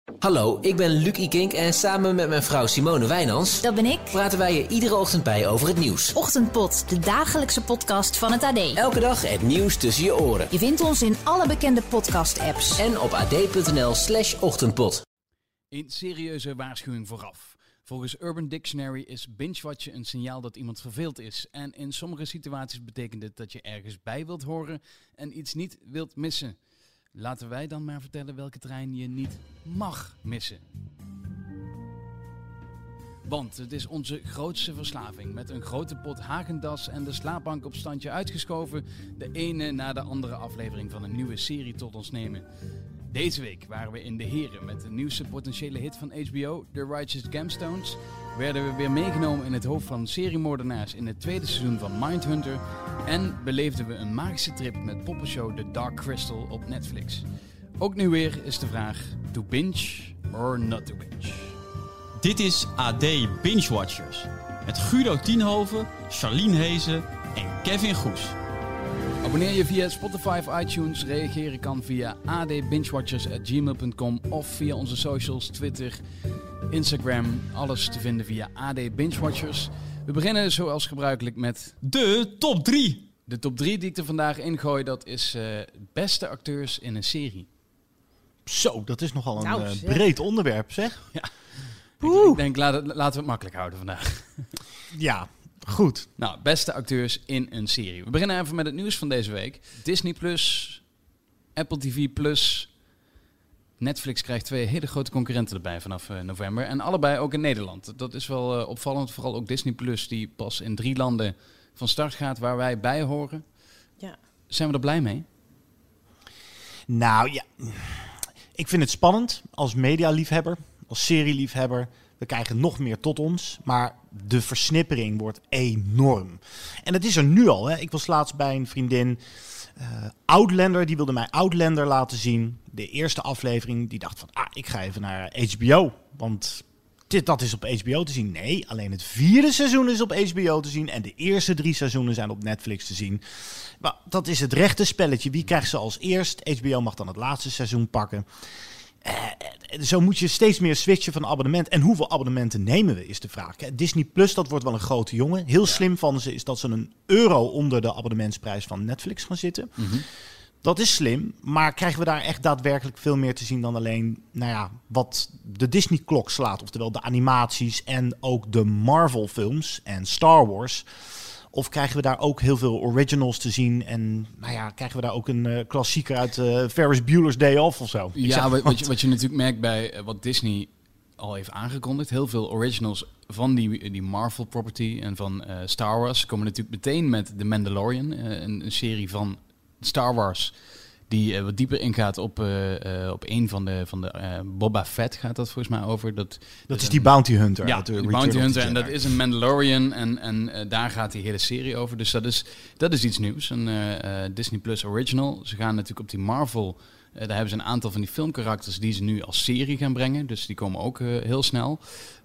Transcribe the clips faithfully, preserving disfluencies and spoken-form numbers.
Hallo, ik ben Luc Ikink en samen met mijn vrouw Simone Wijnans... Dat ben ik. Praten wij je iedere ochtend bij over het nieuws. Ochtendpot, de dagelijkse podcast van het A D. Elke dag het nieuws tussen je oren. Je vindt ons in alle bekende podcast-apps. En op ad.nl slash ochtendpot. Een serieuze waarschuwing vooraf. Volgens Urban Dictionary is binge-watchen een signaal dat iemand verveeld is. En in sommige situaties betekent dit dat je ergens bij wilt horen en iets niet wilt missen. Laten wij dan maar vertellen welke trein je niet mag missen. Want het is onze grootste verslaving. Met een grote pot Häagen-Dazs en de slaapbank op standje uitgeschoven. De ene na de andere aflevering van een nieuwe serie tot ons nemen. Deze week waren we in De Heren met de nieuwste potentiële hit van H B O, The Righteous Gemstones. Werden we weer meegenomen in het hoofd van seriemoordenaars in het tweede seizoen van Mindhunter. En beleefden we een magische trip met poppenshow The Dark Crystal op Netflix. Ook nu weer is de vraag, to binge or not to binge? Dit is A D Binge Watchers. Met Guido Tienhoven, Charlene Hezen en Kevin Goes. Abonneer je via Spotify of iTunes. Reageren kan via a d binge watchers at gmail dot com of via onze socials, Twitter, Instagram. Alles te vinden via A D Binge Watchers. We beginnen zoals gebruikelijk met de top drie. De top drie die ik er vandaag ingooi, dat is uh, beste acteurs in een serie. Zo, dat is nogal een Nou, uh, zeg. breed onderwerp, zeg. Ja. Ik, ik denk, laat het, laten we het makkelijk houden vandaag. Ja, goed. Nou, beste acteurs in een serie. We beginnen even met het nieuws van deze week. Disney Plus, Apple T V Plus, Netflix krijgt twee hele grote concurrenten erbij vanaf uh, november. En allebei ook in Nederland. Dat is wel uh, opvallend. Vooral ook Disney Plus, die pas in drie landen van start gaat, waar wij bij horen. Ja. Zijn we er blij mee? Nou ja, ik vind het spannend als medialiefhebber, als serieliefhebber. We krijgen nog meer tot ons, maar de versnippering wordt enorm. En het is er nu al. Hè. Ik was laatst bij een vriendin, uh, Outlander, die wilde mij Outlander laten zien. De eerste aflevering, die dacht van, ah, ik ga even naar H B O, want dit, dat is op H B O te zien. Nee, alleen het vierde seizoen is op H B O te zien en de eerste drie seizoenen zijn op Netflix te zien. Maar dat is het rechte spelletje. Wie krijgt ze als eerst? H B O mag dan het laatste seizoen pakken. Uh, zo moet je steeds meer switchen van abonnement. En hoeveel abonnementen nemen we, is de vraag. Disney Plus, dat wordt wel een grote jongen. Heel slim van ze is dat ze een euro onder de abonnementsprijs van Netflix gaan zitten. Mm-hmm. Dat is slim, maar krijgen we daar echt daadwerkelijk veel meer te zien dan alleen, nou ja, wat de Disney-klok slaat. Oftewel de animaties en ook de Marvel-films en Star Wars. Of krijgen we daar ook heel veel originals te zien? En nou ja, krijgen we daar ook een uh, klassieker uit uh, Ferris Bueller's Day Off of zo? Ik Ja, zeg, wat, wat, je, wat je natuurlijk merkt bij uh, wat Disney al heeft aangekondigd. Heel veel originals van die, die Marvel property en van uh, Star Wars komen natuurlijk meteen met The Mandalorian. Uh, een, een serie van Star Wars die uh, wat dieper ingaat op, uh, uh, op een van de, van de uh, Boba Fett gaat dat volgens mij over. Dat, dat is die Bounty Hunter. Ja, uit de die Return Bounty of the Hunter. En Jedi. dat is een Mandalorian. En, en uh, daar gaat die hele serie over. Dus dat is, dat is iets nieuws. Een uh, uh, Disney Plus original. Ze gaan natuurlijk op die Marvel. Uh, daar hebben ze een aantal van die filmkarakters die ze nu als serie gaan brengen. Dus die komen ook uh, heel snel.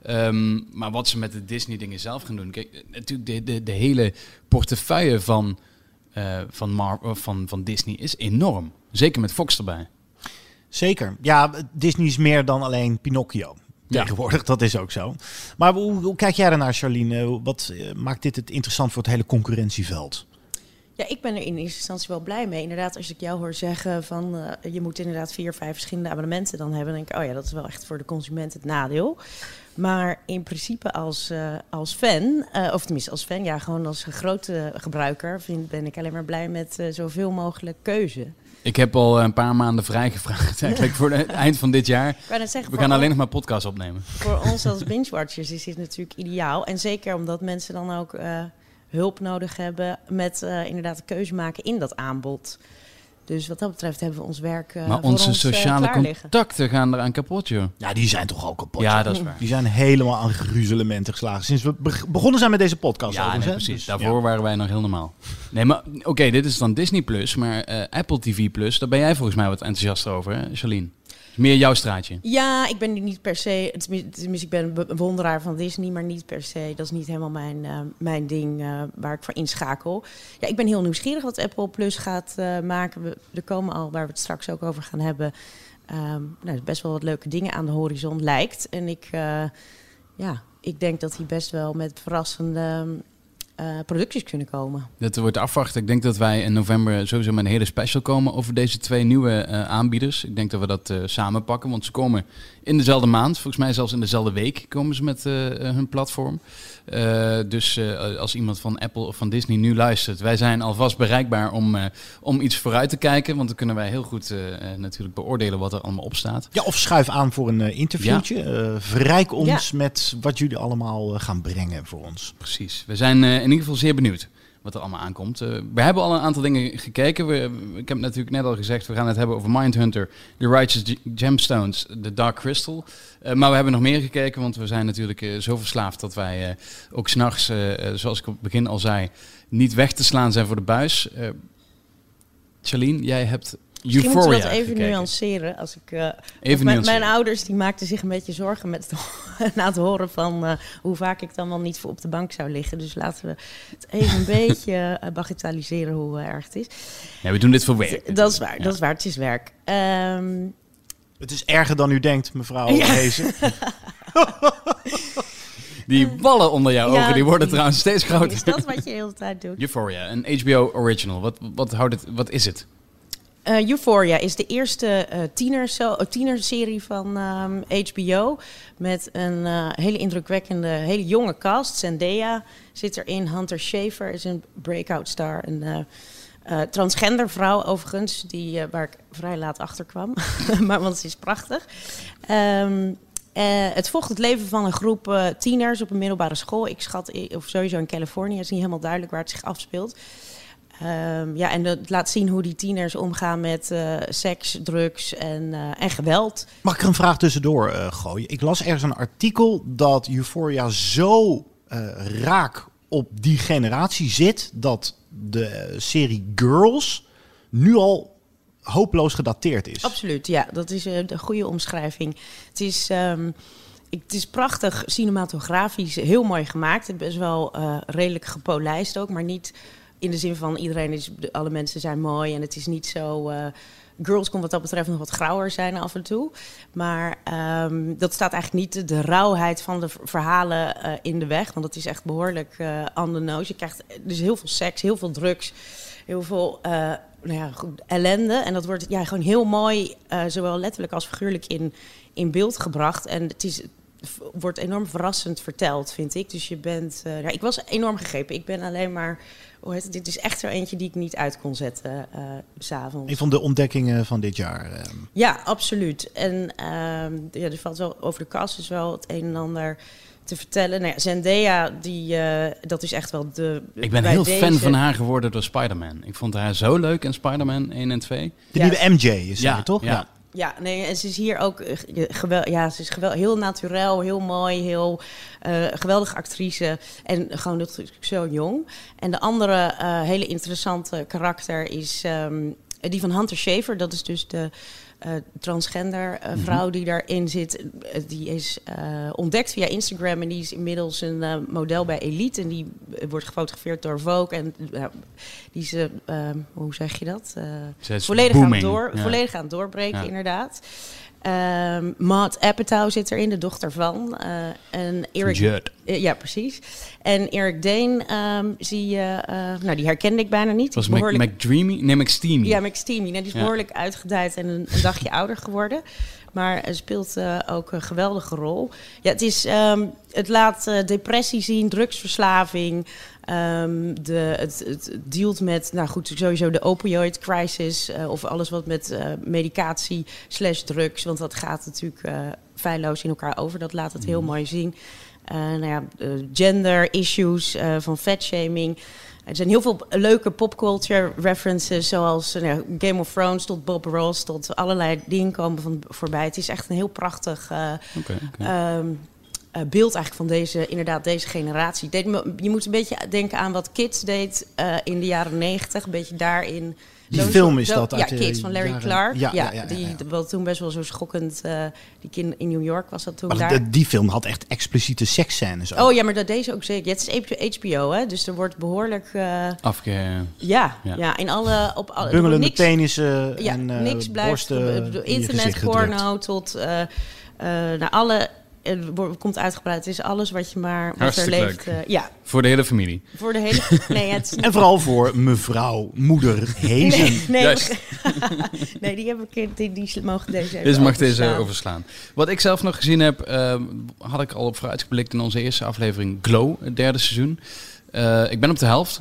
Um, maar wat ze met de Disney dingen zelf gaan doen. Kijk, natuurlijk de, de, de hele portefeuille van, uh, van, Mar- van, van Disney is enorm. Zeker met Fox erbij. Zeker. Ja, Disney is meer dan alleen Pinocchio. Ja. Tegenwoordig, dat is ook zo. Maar hoe, hoe kijk jij daarnaar, Charlene? Wat uh, maakt dit het interessant voor het hele concurrentieveld? Ja, ik ben er in eerste instantie wel blij mee. Inderdaad, als ik jou hoor zeggen van uh, je moet inderdaad vier, vijf verschillende abonnementen dan hebben, dan denk ik, oh ja, dat is wel echt voor de consument het nadeel. Maar in principe als, uh, als fan, uh, of tenminste als fan, ja, gewoon als grote gebruiker, vind, ben ik alleen maar blij met uh, zoveel mogelijk keuze. Ik heb al een paar maanden vrijgevraagd eigenlijk voor het eind van dit jaar. Zeggen, We gaan alleen nog maar podcasts opnemen. Voor ons als binge-watchers is dit natuurlijk ideaal. En zeker omdat mensen dan ook uh, hulp nodig hebben met uh, inderdaad de keuze maken in dat aanbod. Dus wat dat betreft hebben we ons werk uh, Maar voor onze ons, uh, sociale klaar liggen. contacten gaan eraan kapot, joh. Ja, die zijn toch al kapot. Ja, joh. dat is waar. Die zijn helemaal aan gruzelementen geslagen. Sinds we be- begonnen zijn met deze podcast. Ja, overigens, nee, hè? precies. Dus, Daarvoor ja. waren wij nog heel normaal. Nee, maar oké, okay, dit is dan Disney Plus, maar uh, Apple T V Plus, daar ben jij volgens mij wat enthousiast over, hè, Charlene? Meer jouw straatje. Ja, ik ben nu niet per se... Tenminste, ik ben een bewonderaar van Disney, maar niet per se. Dat is niet helemaal mijn, uh, mijn ding uh, waar ik voor inschakel. Ja, ik ben heel nieuwsgierig wat Apple Plus gaat uh, maken. We, er komen al, waar we het straks ook over gaan hebben... um, nou, best wel wat leuke dingen aan de horizon lijkt. En ik, uh, ja, ik denk dat hij best wel met verrassende uh, producties kunnen komen. Dat wordt afwachten. Ik denk dat wij in november sowieso met een hele special komen over deze twee nieuwe uh, aanbieders. Ik denk dat we dat uh, samen pakken, want ze komen in dezelfde maand. Volgens mij zelfs in dezelfde week komen ze met uh, hun platform. Uh, dus uh, als iemand van Apple of van Disney nu luistert, wij zijn alvast bereikbaar om, uh, om iets vooruit te kijken. Want dan kunnen wij heel goed uh, natuurlijk beoordelen wat er allemaal op staat. Ja, of schuif aan voor een uh, interviewtje. Ja. Uh, verrijk ons ja. met wat jullie allemaal uh, gaan brengen voor ons. Precies. We zijn uh, in ieder geval zeer benieuwd wat er allemaal aankomt. Uh, we hebben al een aantal dingen gekeken. We, ik heb natuurlijk net al gezegd, we gaan het hebben over Mindhunter, The Righteous Gemstones, The Dark Crystal. Uh, maar we hebben nog meer gekeken, want we zijn natuurlijk uh, zo verslaafd dat wij uh, ook s'nachts, uh, zoals ik op het begin al zei, niet weg te slaan zijn voor de buis. Uh, Charlene, jij hebt Misschien Euphoria moeten we dat even gekeken. nuanceren. Als ik, uh, even mijn, mijn ouders die maakten zich een beetje zorgen met het, na het horen van uh, hoe vaak ik dan wel niet op de bank zou liggen. Dus laten we het even een beetje uh, bagatelliseren hoe uh, erg het is. Ja, we doen dit voor werk. D- dat is waar, ja. dat is waar. Het is werk. Um, het is erger dan u denkt, mevrouw ja. Hezen. Die wallen onder jouw ja, ogen, die worden die, trouwens steeds groter. Is dat wat je de hele tijd doet? Euphoria, een H B O original. Wat, wat, houdt het, wat is het? Uh, Euphoria is de eerste uh, tienerso- uh, tienerserie van um, H B O. Met een uh, hele indrukwekkende, hele jonge cast. Zendaya zit erin. Hunter Schafer is een breakout star. Een uh, uh, transgender vrouw overigens, die, uh, waar ik vrij laat achter kwam. maar want ze is prachtig. Um, Uh, het volgt het leven van een groep uh, tieners op een middelbare school. Ik schat, of sowieso in Californië, het is niet helemaal duidelijk waar het zich afspeelt. Um, ja, en het laat zien hoe die tieners omgaan met uh, seks, drugs en, uh, en geweld. Mag ik er een vraag tussendoor uh, gooien? Ik las ergens een artikel dat Euphoria zo uh, raak op die generatie zit, dat de uh, serie Girls nu al hopeloos gedateerd is. Absoluut, ja. Dat is uh, een goede omschrijving. Het is, um, ik, het is prachtig cinematografisch, heel mooi gemaakt. Het is best wel uh, redelijk gepolijst ook, maar niet in de zin van iedereen is, alle mensen zijn mooi en het is niet zo. Uh, Girls kon wat dat betreft nog wat grauwer zijn af en toe. Maar um, dat staat eigenlijk niet de rauwheid van de verhalen uh, in de weg. Want dat is echt behoorlijk uh, on the nose. Je krijgt dus heel veel seks, heel veel drugs, heel veel uh, nou ja, goed, ellende. En dat wordt ja, gewoon heel mooi, uh, zowel letterlijk als figuurlijk in, in beeld gebracht. En het is... wordt enorm verrassend verteld, vind ik. Dus je bent... Uh, ja, ik was enorm gegrepen. Ik ben alleen maar... Hoe heet het? Dit is echt zo eentje die ik niet uit kon zetten uh, 's avonds. Een van de ontdekkingen van dit jaar. Uh. Ja, absoluut. En uh, ja, er valt wel over de cast is wel het een en ander te vertellen. Nou ja, Zendaya, die, uh, dat is echt wel de... Ik ben heel deze... fan van haar geworden door Spider-Man. Ik vond haar zo leuk in Spider-Man één en twee. De ja. nieuwe M J is ja, zij, toch? Ja. Ja. Ja, nee, en ze is hier ook uh, gewel, ja, ze is gewel, heel naturel, heel mooi, heel uh, geweldige actrice en gewoon natuurlijk zo jong. En de andere uh, hele interessante karakter is um, die van Hunter Schafer. Dat is dus de uh, transgender uh, vrouw mm-hmm. die daarin zit. Uh, die is uh, ontdekt via Instagram en die is inmiddels een uh, model bij Elite. En die uh, wordt gefotografeerd door Vogue. En uh, die is, uh, uh, hoe zeg je dat? Uh, volledig, aan door, ja. volledig aan het doorbreken, ja. inderdaad. Um, Maud Apatow zit erin, de dochter van. Uh, en Eric, Judd. Uh, ja, precies. En Eric Dane um, zie je... Uh, nou, die herkende ik bijna niet. Was behoorlijk... McDreamy? Nee, McSteamy. Ja, McSteamy. Nou, die is ja. behoorlijk uitgedijd en een, een dagje ouder geworden. Maar hij speelt uh, ook een geweldige rol. Ja, het, is, um, het laat uh, depressie zien, drugsverslaving. Um, de, het, het dealt met, nou goed, sowieso de opioid crisis. Uh, of alles wat met uh, medicatie slash drugs. Want dat gaat natuurlijk uh, feilloos in elkaar over. Dat laat het heel mooi zien. Uh, nou ja, uh, gender issues, uh, van fatshaming. Er zijn heel veel leuke popculture references, zoals uh, Game of Thrones tot Bob Ross, tot allerlei dingen komen van voorbij. Het is echt een heel prachtig uh, okay, okay. Um, uh, beeld eigenlijk van deze, inderdaad, deze generatie. Deed me, je moet een beetje denken aan wat Kids deed uh, in de jaren negentig. Een beetje daarin. Die Zo'n film soort- is zo- dat Ja, uit de Kids van Larry jaren- Clark. Ja, Ja, ja, ja, ja, die ja. wat toen best wel zo schokkend. Uh, die kind in New York was dat toen Maar daar. de- die film had echt expliciete seksscènes ook. Oh ja, maar dat deze ook zeker. Ja, het is H B O, hè? Dus er wordt behoorlijk. Uh, Afge... ja, Ja. ja, in alle. Op alle er wordt Bungelende niks, penissen ja, en uh, niks blijft. borsten Ik bedoel, in je gezicht gedrukt. internetporno tot. Uh, uh, naar alle. Het wordt- komt uitgebreid. Het is alles wat je maar. Wat er Hartstikke leeft. leuk. Uh, ja, Voor de hele familie. voor de hele. Nee, het is En vooral voor mevrouw, moeder Hezen. Nee, nee, Juist. we- nee, die heb ik. Die, die mogen deze even Dus mag deze overslaan. overslaan. Wat ik zelf nog gezien heb, uh, had ik al op vooruitgeblikt in onze eerste aflevering Glow, het derde seizoen. Uh, ik ben op de helft.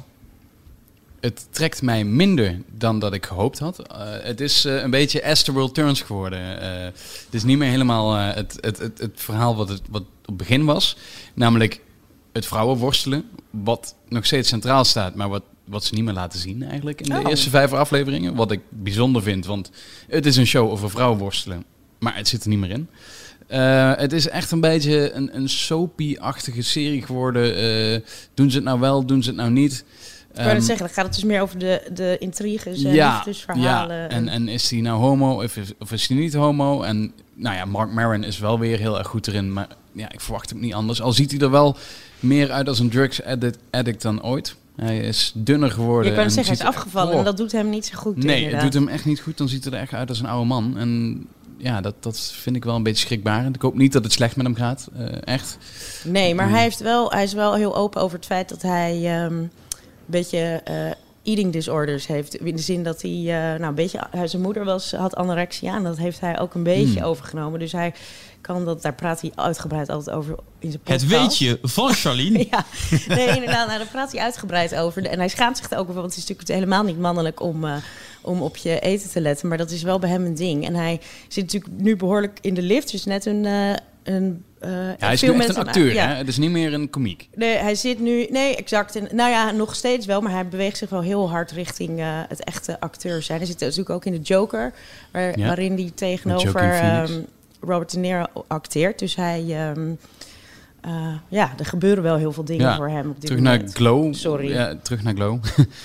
Het trekt mij minder dan dat ik gehoopt had. Uh, het is uh, een beetje As the World Turns geworden. Uh, het is niet meer helemaal uh, het, het, het, het verhaal wat het, wat op het begin was. Namelijk het vrouwenworstelen, wat nog steeds centraal staat, maar wat, wat ze niet meer laten zien eigenlijk in de Oh. eerste vijf afleveringen. Wat ik bijzonder vind, want het is een show over vrouwenworstelen, maar het zit er niet meer in. Uh, het is echt een beetje een, een soapy-achtige serie geworden. Uh, doen ze het nou wel, doen ze het nou niet? Ik wou net Um, zeggen, dan gaat het dus meer over de, de intriges en ja, liefdesverhalen. ja. En, en is hij nou homo of is, of is hij niet homo? En nou ja, Mark Maron is wel weer heel erg goed erin. Maar ja, ik verwacht hem niet anders. Al ziet hij er wel meer uit als een drugs addict, addict dan ooit. Hij is dunner geworden. Je kan en zeggen, hij is ziet er- afgevallen Oh. en dat doet hem niet zo goed. Nee, het inderdaad. doet hem echt niet goed. Dan ziet hij er echt uit als een oude man. En ja, dat, dat vind ik wel een beetje schrikbarend. Ik hoop niet dat het slecht met hem gaat. Uh, echt. Nee, maar Mm. hij, heeft wel, hij is wel heel open over het feit dat hij um, een beetje uh, eating disorders heeft. In de zin dat hij, uh, nou een beetje, hij, zijn moeder was, had anorexia en dat heeft hij ook een beetje Mm. overgenomen. Dus hij kan dat, daar praat hij uitgebreid altijd over in zijn podcast. Het weetje van Charlene. Ja, nee, inderdaad. Nou, daar praat hij uitgebreid over. En hij schaamt zich er ook over, want het is natuurlijk helemaal niet mannelijk om, uh, om op je eten te letten. Maar dat is wel bij hem een ding. En hij zit natuurlijk nu behoorlijk in de lift. Dus net een... Uh, een uh, Ja, hij is veel nu echt mensen een acteur, ja. hè? Het is niet meer een komiek. Nee, hij zit nu... Nee, exact. En, nou ja, nog steeds wel. Maar hij beweegt zich wel heel hard richting uh, het echte acteur zijn. Hij zit natuurlijk ook in de Joker. Waar, Ja. Waarin hij Met tegenover Joaquin Phoenix. um, Robert De Niro acteert. Dus hij... Um, uh, ja, er gebeuren wel heel veel dingen Ja, voor hem op dit Terug moment. naar Glow. Sorry. Ja, terug naar Glow.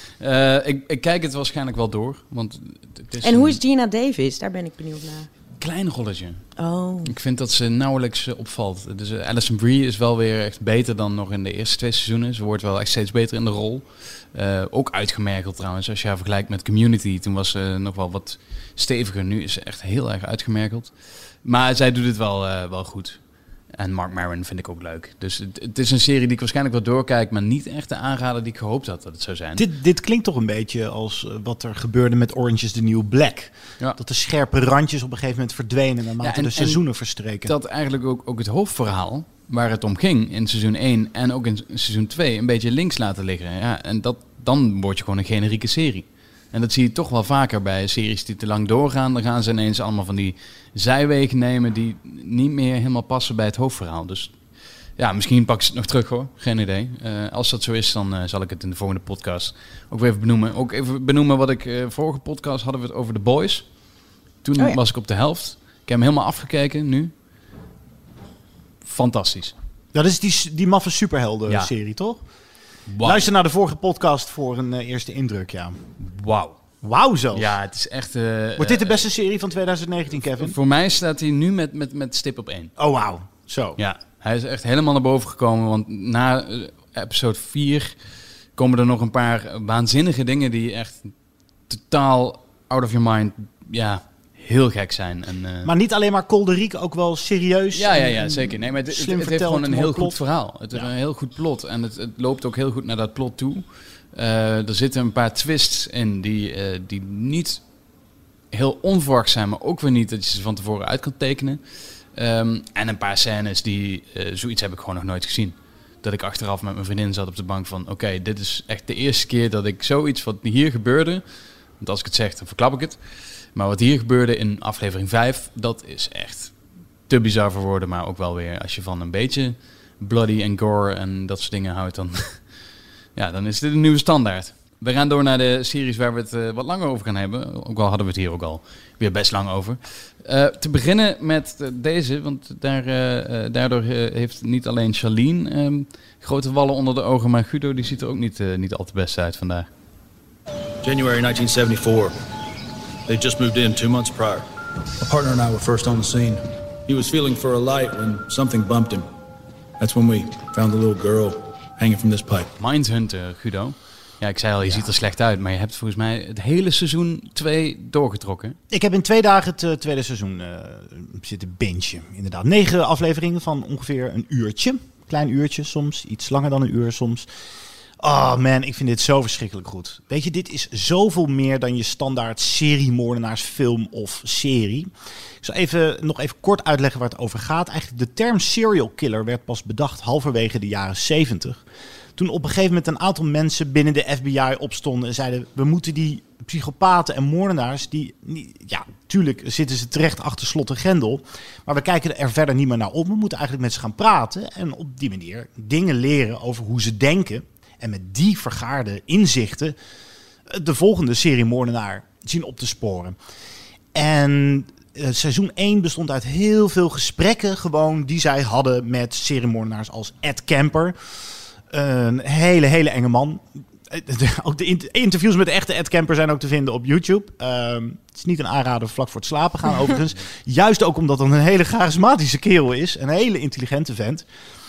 uh, ik, ik kijk het waarschijnlijk wel door. Want het is En hoe een is Gina Davis? Daar ben ik benieuwd naar. klein rolletje. Oh. Ik vind dat ze nauwelijks uh, opvalt. Dus uh, Alison Brie is wel weer echt beter dan nog in de eerste twee seizoenen. Ze wordt wel echt steeds beter in de rol. Uh, ook uitgemergeld trouwens. Als je haar vergelijkt met Community, toen was ze nog wel wat steviger. Nu is ze echt heel erg uitgemergeld. Maar zij doet het wel, uh, wel goed. En Mark Maron vind ik ook leuk. Dus het, het is een serie die ik waarschijnlijk wel doorkijk, maar niet echt de aanrader die ik gehoopt had dat het zou zijn. Dit, dit klinkt toch een beetje als uh, wat er gebeurde met Orange is the New Black. Ja. Dat de scherpe randjes op een gegeven moment verdwenen naarmate Ja, en- de en seizoenen verstreken. Dat eigenlijk ook, ook het hoofdverhaal, waar het om ging in seizoen één en ook in seizoen twee, een beetje links laten liggen. Ja, en dat, dan word je gewoon een generieke serie. En dat zie je toch wel vaker bij series die te lang doorgaan. Dan gaan ze ineens allemaal van die zijwegen nemen die niet meer helemaal passen bij het hoofdverhaal. Dus ja, misschien pak ze het nog terug hoor. Geen idee. Uh, als dat zo is, dan uh, zal ik het in de volgende podcast ook weer even benoemen. Ook even benoemen wat ik... Uh, vorige podcast hadden we het over The Boys. Toen Oh ja. was ik op de helft. Ik heb hem helemaal afgekeken nu. Fantastisch. Dat is die, die maffe superhelden Ja. serie, toch? Wauw. Luister naar de vorige podcast voor een uh, eerste indruk, ja. Wauw. Wauw zelfs. Ja, het is echt... Uh, Wordt dit de beste serie van twintig negentien, Kevin? Voor mij staat hij nu met, met, met stip op één. Oh, wauw. Zo. Ja, hij is echt helemaal naar boven gekomen. Want na uh, episode vier komen er nog een paar uh, waanzinnige dingen die echt totaal out of your mind, ja, heel gek zijn. En, uh, Maar niet alleen maar kolderiek, ook wel serieus. ja, ja, en- ja, en zeker. Nee, maar het, het, slim het heeft verteld, gewoon een mooi heel plot. goed verhaal. Het heeft Ja. een heel goed plot. En het, het loopt ook heel goed naar dat plot toe. Uh, er zitten een paar twists in die, uh, die niet heel onverwacht zijn, maar ook weer niet dat je ze van tevoren uit kan tekenen. Um, en een paar scènes die, uh, zoiets heb ik gewoon nog nooit gezien. Dat ik achteraf met mijn vriendin zat op de bank van, oké, okay, dit is echt de eerste keer dat ik zoiets wat hier gebeurde, want als ik het zeg, dan verklap ik het. Maar wat hier gebeurde in aflevering vijf, dat is echt te bizar voor woorden, maar ook wel weer, als je van een beetje bloody en gore en dat soort dingen houdt, dan, ja, dan is dit een nieuwe standaard. We gaan door naar de series waar we het uh, wat langer over gaan hebben. Ook al hadden we het hier ook al weer best lang over. Uh, te beginnen met uh, deze, want daar, uh, uh, daardoor uh, heeft niet alleen Charlene um, grote wallen onder de ogen, maar Guido die ziet er ook niet, uh, niet al te best uit vandaag. January nineteen seventy-four. They just moved in two months prior. My partner and I were first on the scene. He was feeling for a light when something bumped him. That's when we found the little girl hanging from this pipe. Mindhunter, Guido. Ja, ik zei al, je ja. ziet er slecht uit, maar je hebt volgens mij het hele seizoen twee doorgetrokken. Ik heb in twee dagen het uh, tweede seizoen uh, zitten bingen. Inderdaad, negen afleveringen van ongeveer een uurtje. Klein uurtje soms, iets langer dan een uur soms. Oh man, ik vind dit zo verschrikkelijk goed. Weet je, dit is zoveel meer dan je standaard seriemoordenaarsfilm of serie. Ik zal even, nog even kort uitleggen waar het over gaat. Eigenlijk de term serial killer werd pas bedacht halverwege de jaren zeventig. Toen op een gegeven moment een aantal mensen binnen de F B I opstonden en zeiden: we moeten die psychopaten en moordenaars, die, ja, tuurlijk zitten ze terecht achter slot en grendel, maar we kijken er verder niet meer naar op. We moeten eigenlijk met ze gaan praten en op die manier dingen leren over hoe ze denken. En met die vergaarde inzichten de volgende serie moordenaar zien op te sporen. En uh, seizoen één bestond uit heel veel gesprekken gewoon die zij hadden met seriemoordenaars als Ed Kemper. Een hele, hele enge man. Ook de interviews met de echte Ed Kemper zijn ook te vinden op YouTube. Um, het is niet een aanrader vlak voor het slapen gaan overigens. Juist ook omdat het een hele charismatische kerel is. Een hele intelligente vent.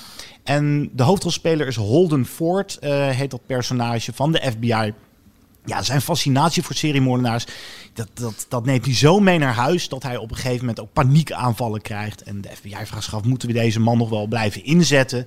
En de hoofdrolspeler is Holden Ford, uh, heet dat personage van de F B I. Ja, zijn fascinatie voor seriemoordenaars, dat, dat, dat neemt hij zo mee naar huis dat hij op een gegeven moment ook paniekaanvallen krijgt. En de F B I vraagt zich af, moeten we deze man nog wel blijven inzetten?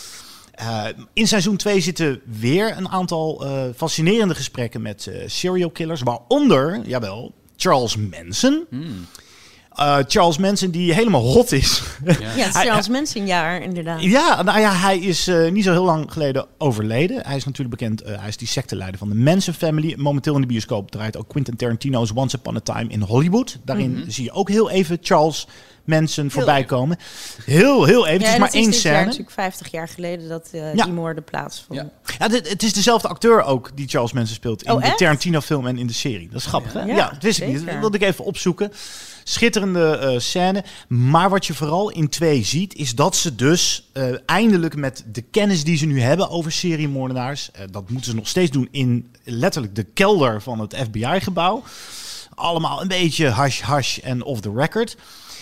Uh, in seizoen twee zitten weer een aantal uh, fascinerende gesprekken met uh, serial killers, waaronder, jawel, Charles Manson. Hmm. Uh, Charles Manson die helemaal hot is. Ja, het Charles Manson jaar inderdaad. Ja, nou ja, hij is uh, niet zo heel lang geleden overleden. Hij is natuurlijk bekend, uh, hij is die secteleider van de Manson Family. Momenteel in de bioscoop draait ook Quentin Tarantino's Once Upon a Time in Hollywood. Daarin mm-hmm. zie je ook heel even Charles Manson heel voorbij even. komen. Heel, heel even. Ja, het is maar één scène. Het is natuurlijk vijftig jaar geleden dat uh, ja. die moorden plaatsvonden. Ja. Ja, dit, het is dezelfde acteur ook die Charles Manson speelt in oh, de Tarantino film en in de serie. Dat is grappig, hè? Ja, ja, dat wist zeker. ik niet. Dat wilde ik even opzoeken. Schitterende uh, scène. Maar wat je vooral in twee ziet, is dat ze dus uh, eindelijk met de kennis die ze nu hebben over seriemoordenaars, uh, dat moeten ze nog steeds doen in letterlijk de kelder van het F B I-gebouw. Allemaal een beetje hash-hash en off the record.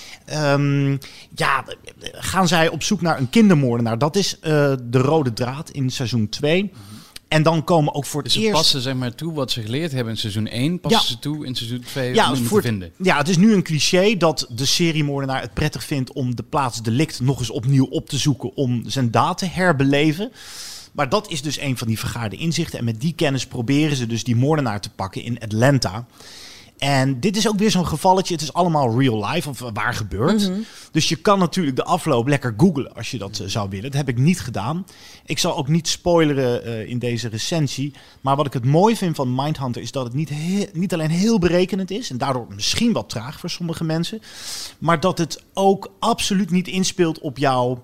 Um, ja, gaan zij op zoek naar een kindermoordenaar. Dat is uh, de rode draad in seizoen twee. Mm-hmm. En dan komen ook voor het dus eerst... ze passen zeg maar toe wat ze geleerd hebben in seizoen één, passen ja. ze toe in seizoen twee ja, om voor te vinden. Ja, het is nu een cliché dat de seriemoordenaar het prettig vindt om de plaatsdelict nog eens opnieuw op te zoeken om zijn daad te herbeleven. Maar dat is dus een van die vergaarde inzichten. En met die kennis proberen ze dus die moordenaar te pakken in Atlanta. En dit is ook weer zo'n gevalletje. Het is allemaal real life, of waar gebeurt. Mm-hmm. Dus je kan natuurlijk de afloop lekker googlen als je dat uh, zou willen. Dat heb ik niet gedaan. Ik zal ook niet spoileren uh, in deze recensie. Maar wat ik het mooi vind van Mindhunter is dat het niet, he- niet alleen heel berekenend is. En daardoor misschien wat traag voor sommige mensen. Maar dat het ook absoluut niet inspeelt op jouw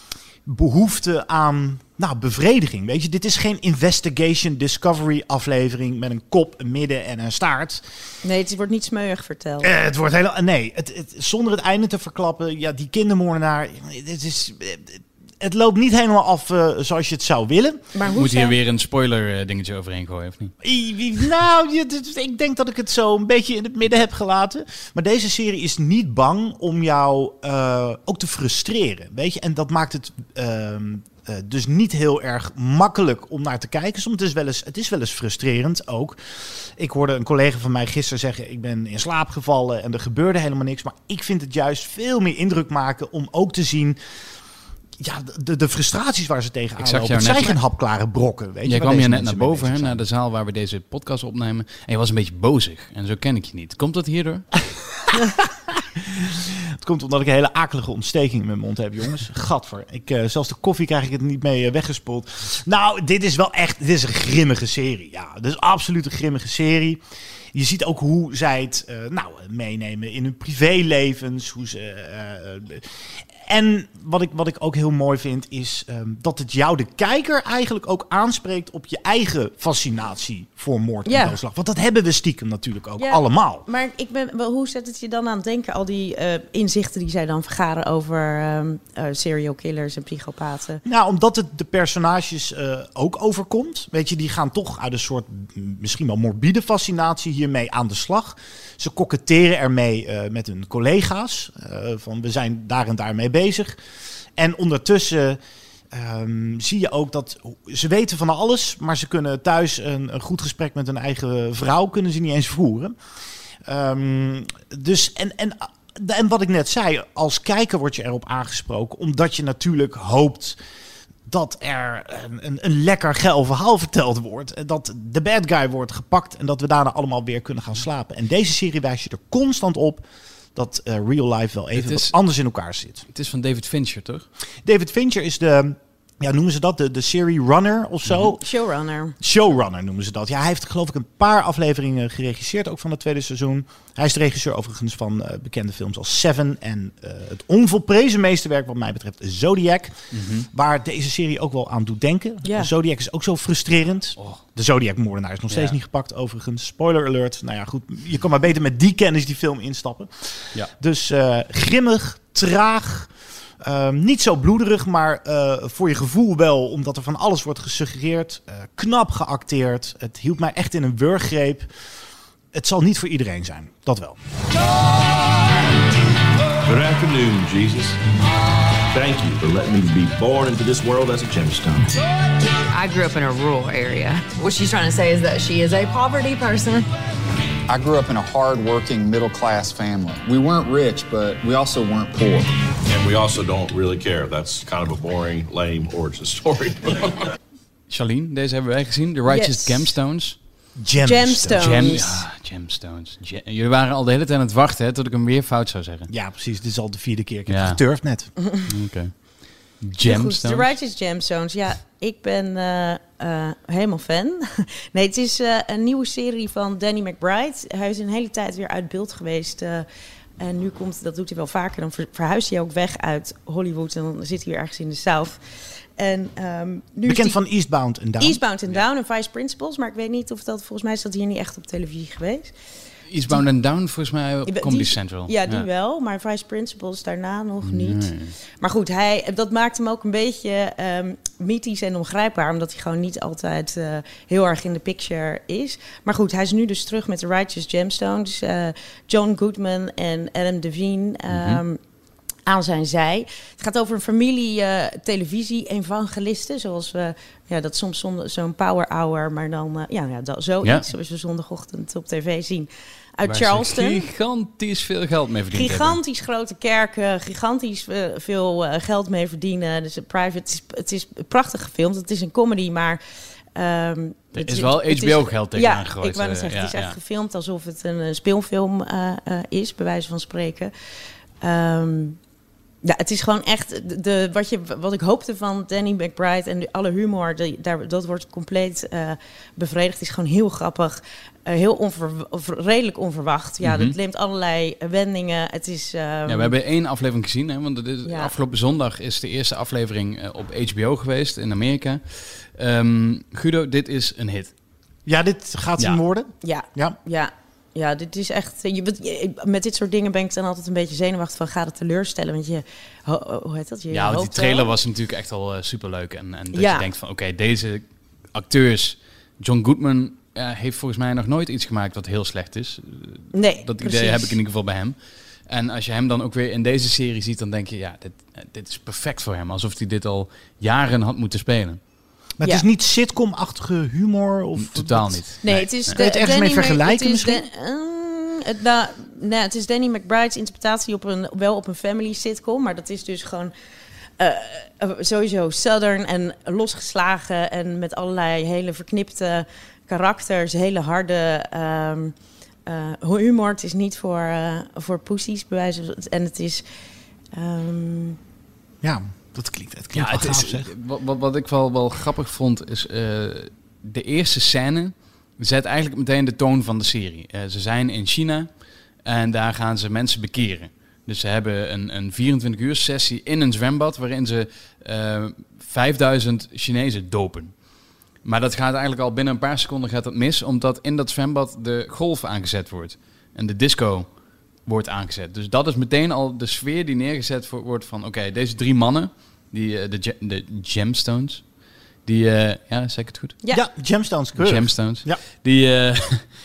behoefte aan nou, bevrediging. Weet je, dit is geen investigation discovery aflevering met een kop, een midden en een staart. Nee, het wordt niet smeuig verteld. Uh, het wordt helemaal nee, het, het, zonder het einde te verklappen. Ja, die kindermoordenaar, het is, het loopt niet helemaal af uh, zoals je het zou willen. Maar hoe moet hier weer een spoiler uh, dingetje overheen gooien, of niet? I, nou, je, ik denk dat ik het zo een beetje in het midden heb gelaten. Maar deze serie is niet bang om jou uh, ook te frustreren, weet je? En dat maakt het uh, uh, dus niet heel erg makkelijk om naar te kijken. Soms is wel eens, het is wel eens frustrerend ook. Ik hoorde een collega van mij gisteren zeggen, ik ben in slaap gevallen en er gebeurde helemaal niks. Maar ik vind het juist veel meer indruk maken om ook te zien, ja, de, de frustraties waar ze tegenaan lopen. Het zijn geen hapklare brokken. Weet je, jij kwam hier net naar boven, hè, naar de zaal waar we deze podcast opnemen. En je was een beetje bozig. En zo ken ik je niet. Komt dat hierdoor? Het komt omdat ik een hele akelige ontsteking in mijn mond heb, jongens. Gadver. Ik, uh, zelfs de koffie krijg ik het niet mee uh, weggespoeld. Nou, dit is wel echt, dit is een grimmige serie. Ja, dit is absoluut een grimmige serie. Je ziet ook hoe zij het uh, nou, meenemen in hun privélevens. Hoe ze, uh, uh, En wat ik, wat ik ook heel mooi vind is um, dat het jou, de kijker, eigenlijk ook aanspreekt op je eigen fascinatie voor moord en Ja. doodslag. Want dat hebben we stiekem natuurlijk ook Ja, allemaal. Maar ik ben, wel, hoe zet het je dan aan het denken? Al die uh, inzichten die zij dan vergaren over um, uh, serial killers en psychopaten. Nou, omdat het de personages uh, ook overkomt. Weet je, die gaan toch uit een soort m, misschien wel morbide fascinatie hiermee aan de slag. Ze koketteren ermee uh, met hun collega's. Uh, van we zijn daar en daar mee bezig. En ondertussen um, zie je ook dat ze weten van alles, maar ze kunnen thuis een, een goed gesprek met hun eigen vrouw kunnen ze niet eens voeren. Um, dus en, en, en wat ik net zei, als kijker word je erop aangesproken, omdat je natuurlijk hoopt dat er een, een, een lekker geil verhaal verteld wordt. Dat de bad guy wordt gepakt en dat we daarna allemaal weer kunnen gaan slapen. En deze serie wijst je er constant op dat uh, real life wel even Het is- wat anders in elkaar zit. Het is van David Fincher, toch? David Fincher is de, ja, noemen ze dat, de, de serie runner of zo? Showrunner. Showrunner noemen ze dat. Ja, hij heeft geloof ik een paar afleveringen geregisseerd, ook van het tweede seizoen. Hij is de regisseur overigens van uh, bekende films als Seven en uh, het onvolprezen meesterwerk wat mij betreft Zodiac. Mm-hmm. Waar deze serie ook wel aan doet denken. Ja. Zodiac is ook zo frustrerend. Oh. De Zodiac-moordenaar is nog steeds Ja. niet gepakt overigens. Spoiler alert. Nou ja, goed. Je kan maar beter met die kennis die film instappen. Ja. Dus uh, grimmig, traag. Uh, niet zo bloederig, maar uh, voor je gevoel wel, omdat er van alles wordt gesuggereerd. Uh, knap geacteerd. Het hield mij echt in een wurggreep. Het zal niet voor iedereen zijn. Dat wel. Good afternoon, Jesus. Thank you for letting me be born into this world as a gemstone. I grew up in a rural area. What she's trying to say is that she is a poverty person. I grew up in a hard-working, middle-class family. We weren't rich, but we also weren't poor. And we also don't really care. That's kind of a boring, lame origin story. Charlene, deze hebben wij gezien. The Righteous Yes. Gemstones. Gemstones. Gem, ja, Gemstones. Gem- Jullie waren al de hele tijd aan het wachten hè, tot ik hem weer fout zou zeggen. Ja, precies. Dit is al de vierde keer. Ik heb Ja. het geturfd net. Oké. Ja, goed, Gemstones. The Righteous Gemstones. Ja, ik ben uh, uh, helemaal fan. Nee, het is uh, een nieuwe serie van Danny McBride. Hij is een hele tijd weer uit beeld geweest. Uh, en nu komt, dat doet hij wel vaker, dan ver- verhuist hij ook weg uit Hollywood. En dan zit hij weer ergens in de South. En, um, nu Bekend is die van Eastbound and Down. Eastbound and Down en Vice Principals. Maar ik weet niet of dat, volgens mij is dat hier niet echt op televisie geweest. Eastbound and Down, volgens mij op Die- Comedy die- Central. Ja, die wel, maar Vice Principals daarna nog niet. Nee. Maar goed, hij, dat maakt hem ook een beetje um, mythisch en ongrijpbaar, omdat hij gewoon niet altijd uh, heel erg in de picture is. Maar goed, hij is nu dus terug met The Righteous Gemstones. Uh, John Goodman en Adam Devine um, Mhm. aan zijn zij. Het gaat over een familie uh, televisie-evangelisten, zoals we ja, dat soms zonder- zo'n power hour, maar dan uh, ja, ja, dat, zoiets, Ja. zoals we zondagochtend op tv zien. Uit Waar ze Charleston. gigantisch veel geld mee verdiend hebben. Gigantisch grote kerken, gigantisch uh, veel uh, geld mee verdienen. Dus een private, het is, het is prachtig gefilmd. Het is een comedy, maar... Um, Er is wel H B O-geld tegenaan Ja, gegooid, ik wou net uh, zeggen, het is ja, echt ja. gefilmd alsof het een uh, speelfilm uh, uh, is, bij wijze van spreken. Um, ja, het is gewoon echt de, de, wat, je, wat ik hoopte van Danny McBride en de, alle humor, de, daar, dat wordt compleet uh, bevredigd. Het is gewoon heel grappig, uh, heel onver, of redelijk onverwacht. Ja, Mhm. het neemt allerlei wendingen. Het is. Um, Ja, we hebben één aflevering gezien, hè, want het is, Ja. afgelopen zondag is de eerste aflevering uh, op H B O geweest in Amerika. Um, Guido, dit is een hit. Ja, dit gaat Ja. hem worden. Ja, Ja. ja. Ja, dit is echt. Je, bent- je- met dit soort dingen ben ik dan altijd een beetje zenuwachtig van, gaat het teleurstellen? Want je, ho- hoe heet dat? Je Ja, want die hoopt trailer wel. was natuurlijk echt al uh, superleuk. En, en dat Ja. je denkt van, oké, deze acteurs... John Goodman uh, heeft volgens mij nog nooit iets gemaakt wat heel slecht is. Nee, Dat precies. idee heb ik in ieder geval bij hem. En als je hem dan ook weer in deze serie ziet, dan denk je, ja, dit, uh, dit is perfect voor hem. Alsof hij dit al jaren had moeten spelen. Maar het Ja. is niet sitcom-achtige humor? Of Totaal wat? niet. Nee, het is. Kun je het ergens Danny mee Mc- vergelijken het is misschien? Dan- ehm, het, nou, nee, het is Danny McBride's interpretatie op een, wel op een family sitcom, maar dat is dus gewoon uh, uh, sowieso southern en losgeslagen en met allerlei hele verknipte karakters, hele harde um, uh, humor. Het is niet voor, uh, voor poesies, bij wijze van- en het is. Um, Ja, dat klinkt, het Ja, klinkt het wel gaaf, is, zeg. wat, wat, wat ik wel, wel grappig vond, is uh, de eerste scène zet eigenlijk meteen de toon van de serie. Uh, ze zijn in China en daar gaan ze mensen bekeren. Dus ze hebben een, een vierentwintig uur sessie in een zwembad waarin ze uh, vijfduizend Chinezen dopen. Maar dat gaat eigenlijk al binnen een paar seconden gaat dat mis, omdat in dat zwembad de golf aangezet wordt. En de disco wordt aangezet. Dus dat is meteen al de sfeer die neergezet voor, wordt van... Oké, okay, deze drie mannen, die, uh, de, ge- de gemstones... Die, uh, ja, zeg ik het goed? Ja, ja gemstones. Keurig. Gemstones. Ja. Die, uh,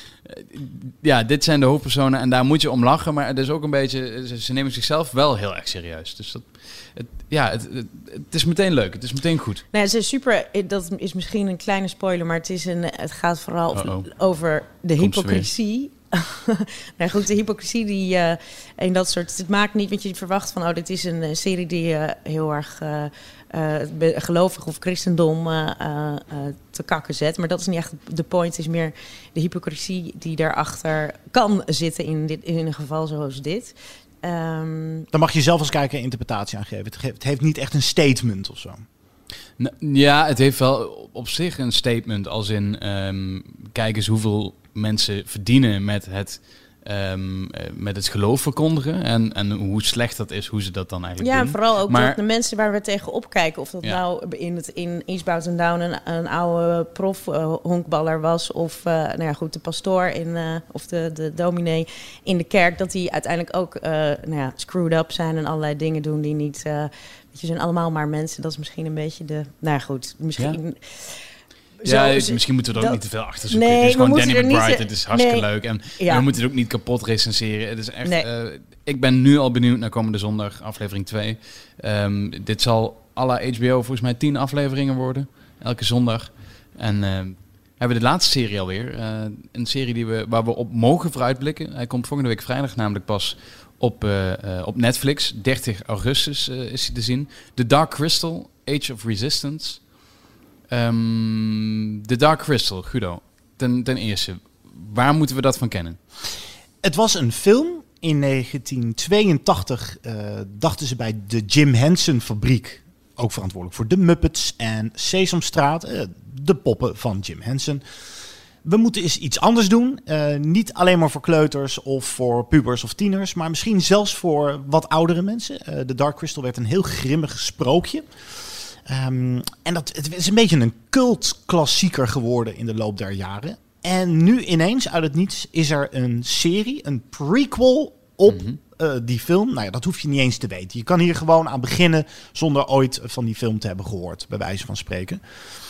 ja, dit zijn de hoofdpersonen en daar moet je om lachen. Maar het is ook een beetje... Ze, ze nemen zichzelf wel heel erg serieus. Dus dat... Het, ja, het, het, het is meteen leuk. Het is meteen goed. Nee, het is super. Dat is misschien een kleine spoiler, maar het, is een, het gaat vooral Uh-oh. over de hypocrisie. Nou goed, de hypocrisie die uh, in dat soort... Het maakt niet, want je verwacht van... Oh, dit is een uh, serie die uh, heel erg uh, uh, gelovig of christendom uh, uh, te kakken zet. Maar dat is niet echt de point. Het is meer de hypocrisie die daarachter kan zitten in, dit, in een geval zoals dit. Um, Dan mag je zelf als kijker interpretatie aan geven. Het, ge- het heeft niet echt een statement of zo. Nou, ja, het heeft wel op zich een statement. Als in, um, kijk eens hoeveel mensen verdienen met het, um, met het geloof verkondigen. En, en hoe slecht dat is, hoe ze dat dan eigenlijk ja, doen. Ja, vooral ook maar, dat de mensen waar we tegen opkijken... of dat ja. nou in, het, in Eastbound and Down een, een oude prof uh, honkballer was... of uh, nou ja, goed, de pastoor in, uh, of de, de dominee in de kerk... dat die uiteindelijk ook uh, nou ja, screwed up zijn en allerlei dingen doen die niet... Uh, je zijn allemaal maar mensen. Dat is misschien een beetje de... Nou goed, misschien... Ja. Zo, ja, zo, misschien moeten we er ook dat, niet te veel achter zoeken. Nee, het is gewoon Danny McBride, niet, het is hartstikke nee, leuk. En ja. we moeten het ook niet kapot recenseren. Het is echt, nee. uh, ik ben nu al benieuwd naar komende zondag, aflevering twee. Um, dit zal à la H B O volgens mij tien afleveringen worden. Elke zondag. En uh, hebben we de laatste serie alweer. Uh, een serie die we, waar we op mogen vooruitblikken. Hij komt volgende week vrijdag namelijk pas op, uh, uh, op Netflix. dertig augustus uh, is hij te zien. The Dark Crystal, Age of Resistance... Um, The Dark Crystal, Guido. Ten, ten eerste, waar moeten we dat van kennen? Het was een film. In negentien tweeëntachtig uh, dachten ze bij de Jim Henson fabriek, ook verantwoordelijk voor de Muppets en Sesamstraat, uh, de poppen van Jim Henson. We moeten eens iets anders doen. Uh, niet alleen maar voor kleuters of voor pubers of tieners, maar misschien zelfs voor wat oudere mensen. Uh, The Dark Crystal werd een heel grimmig sprookje. Um, en dat, het is een beetje een cultklassieker geworden in de loop der jaren. En nu ineens, uit het niets, is er een serie, een prequel op mm-hmm. uh, die film. Nou ja, dat hoef je niet eens te weten. Je kan hier gewoon aan beginnen zonder ooit van die film te hebben gehoord, bij wijze van spreken.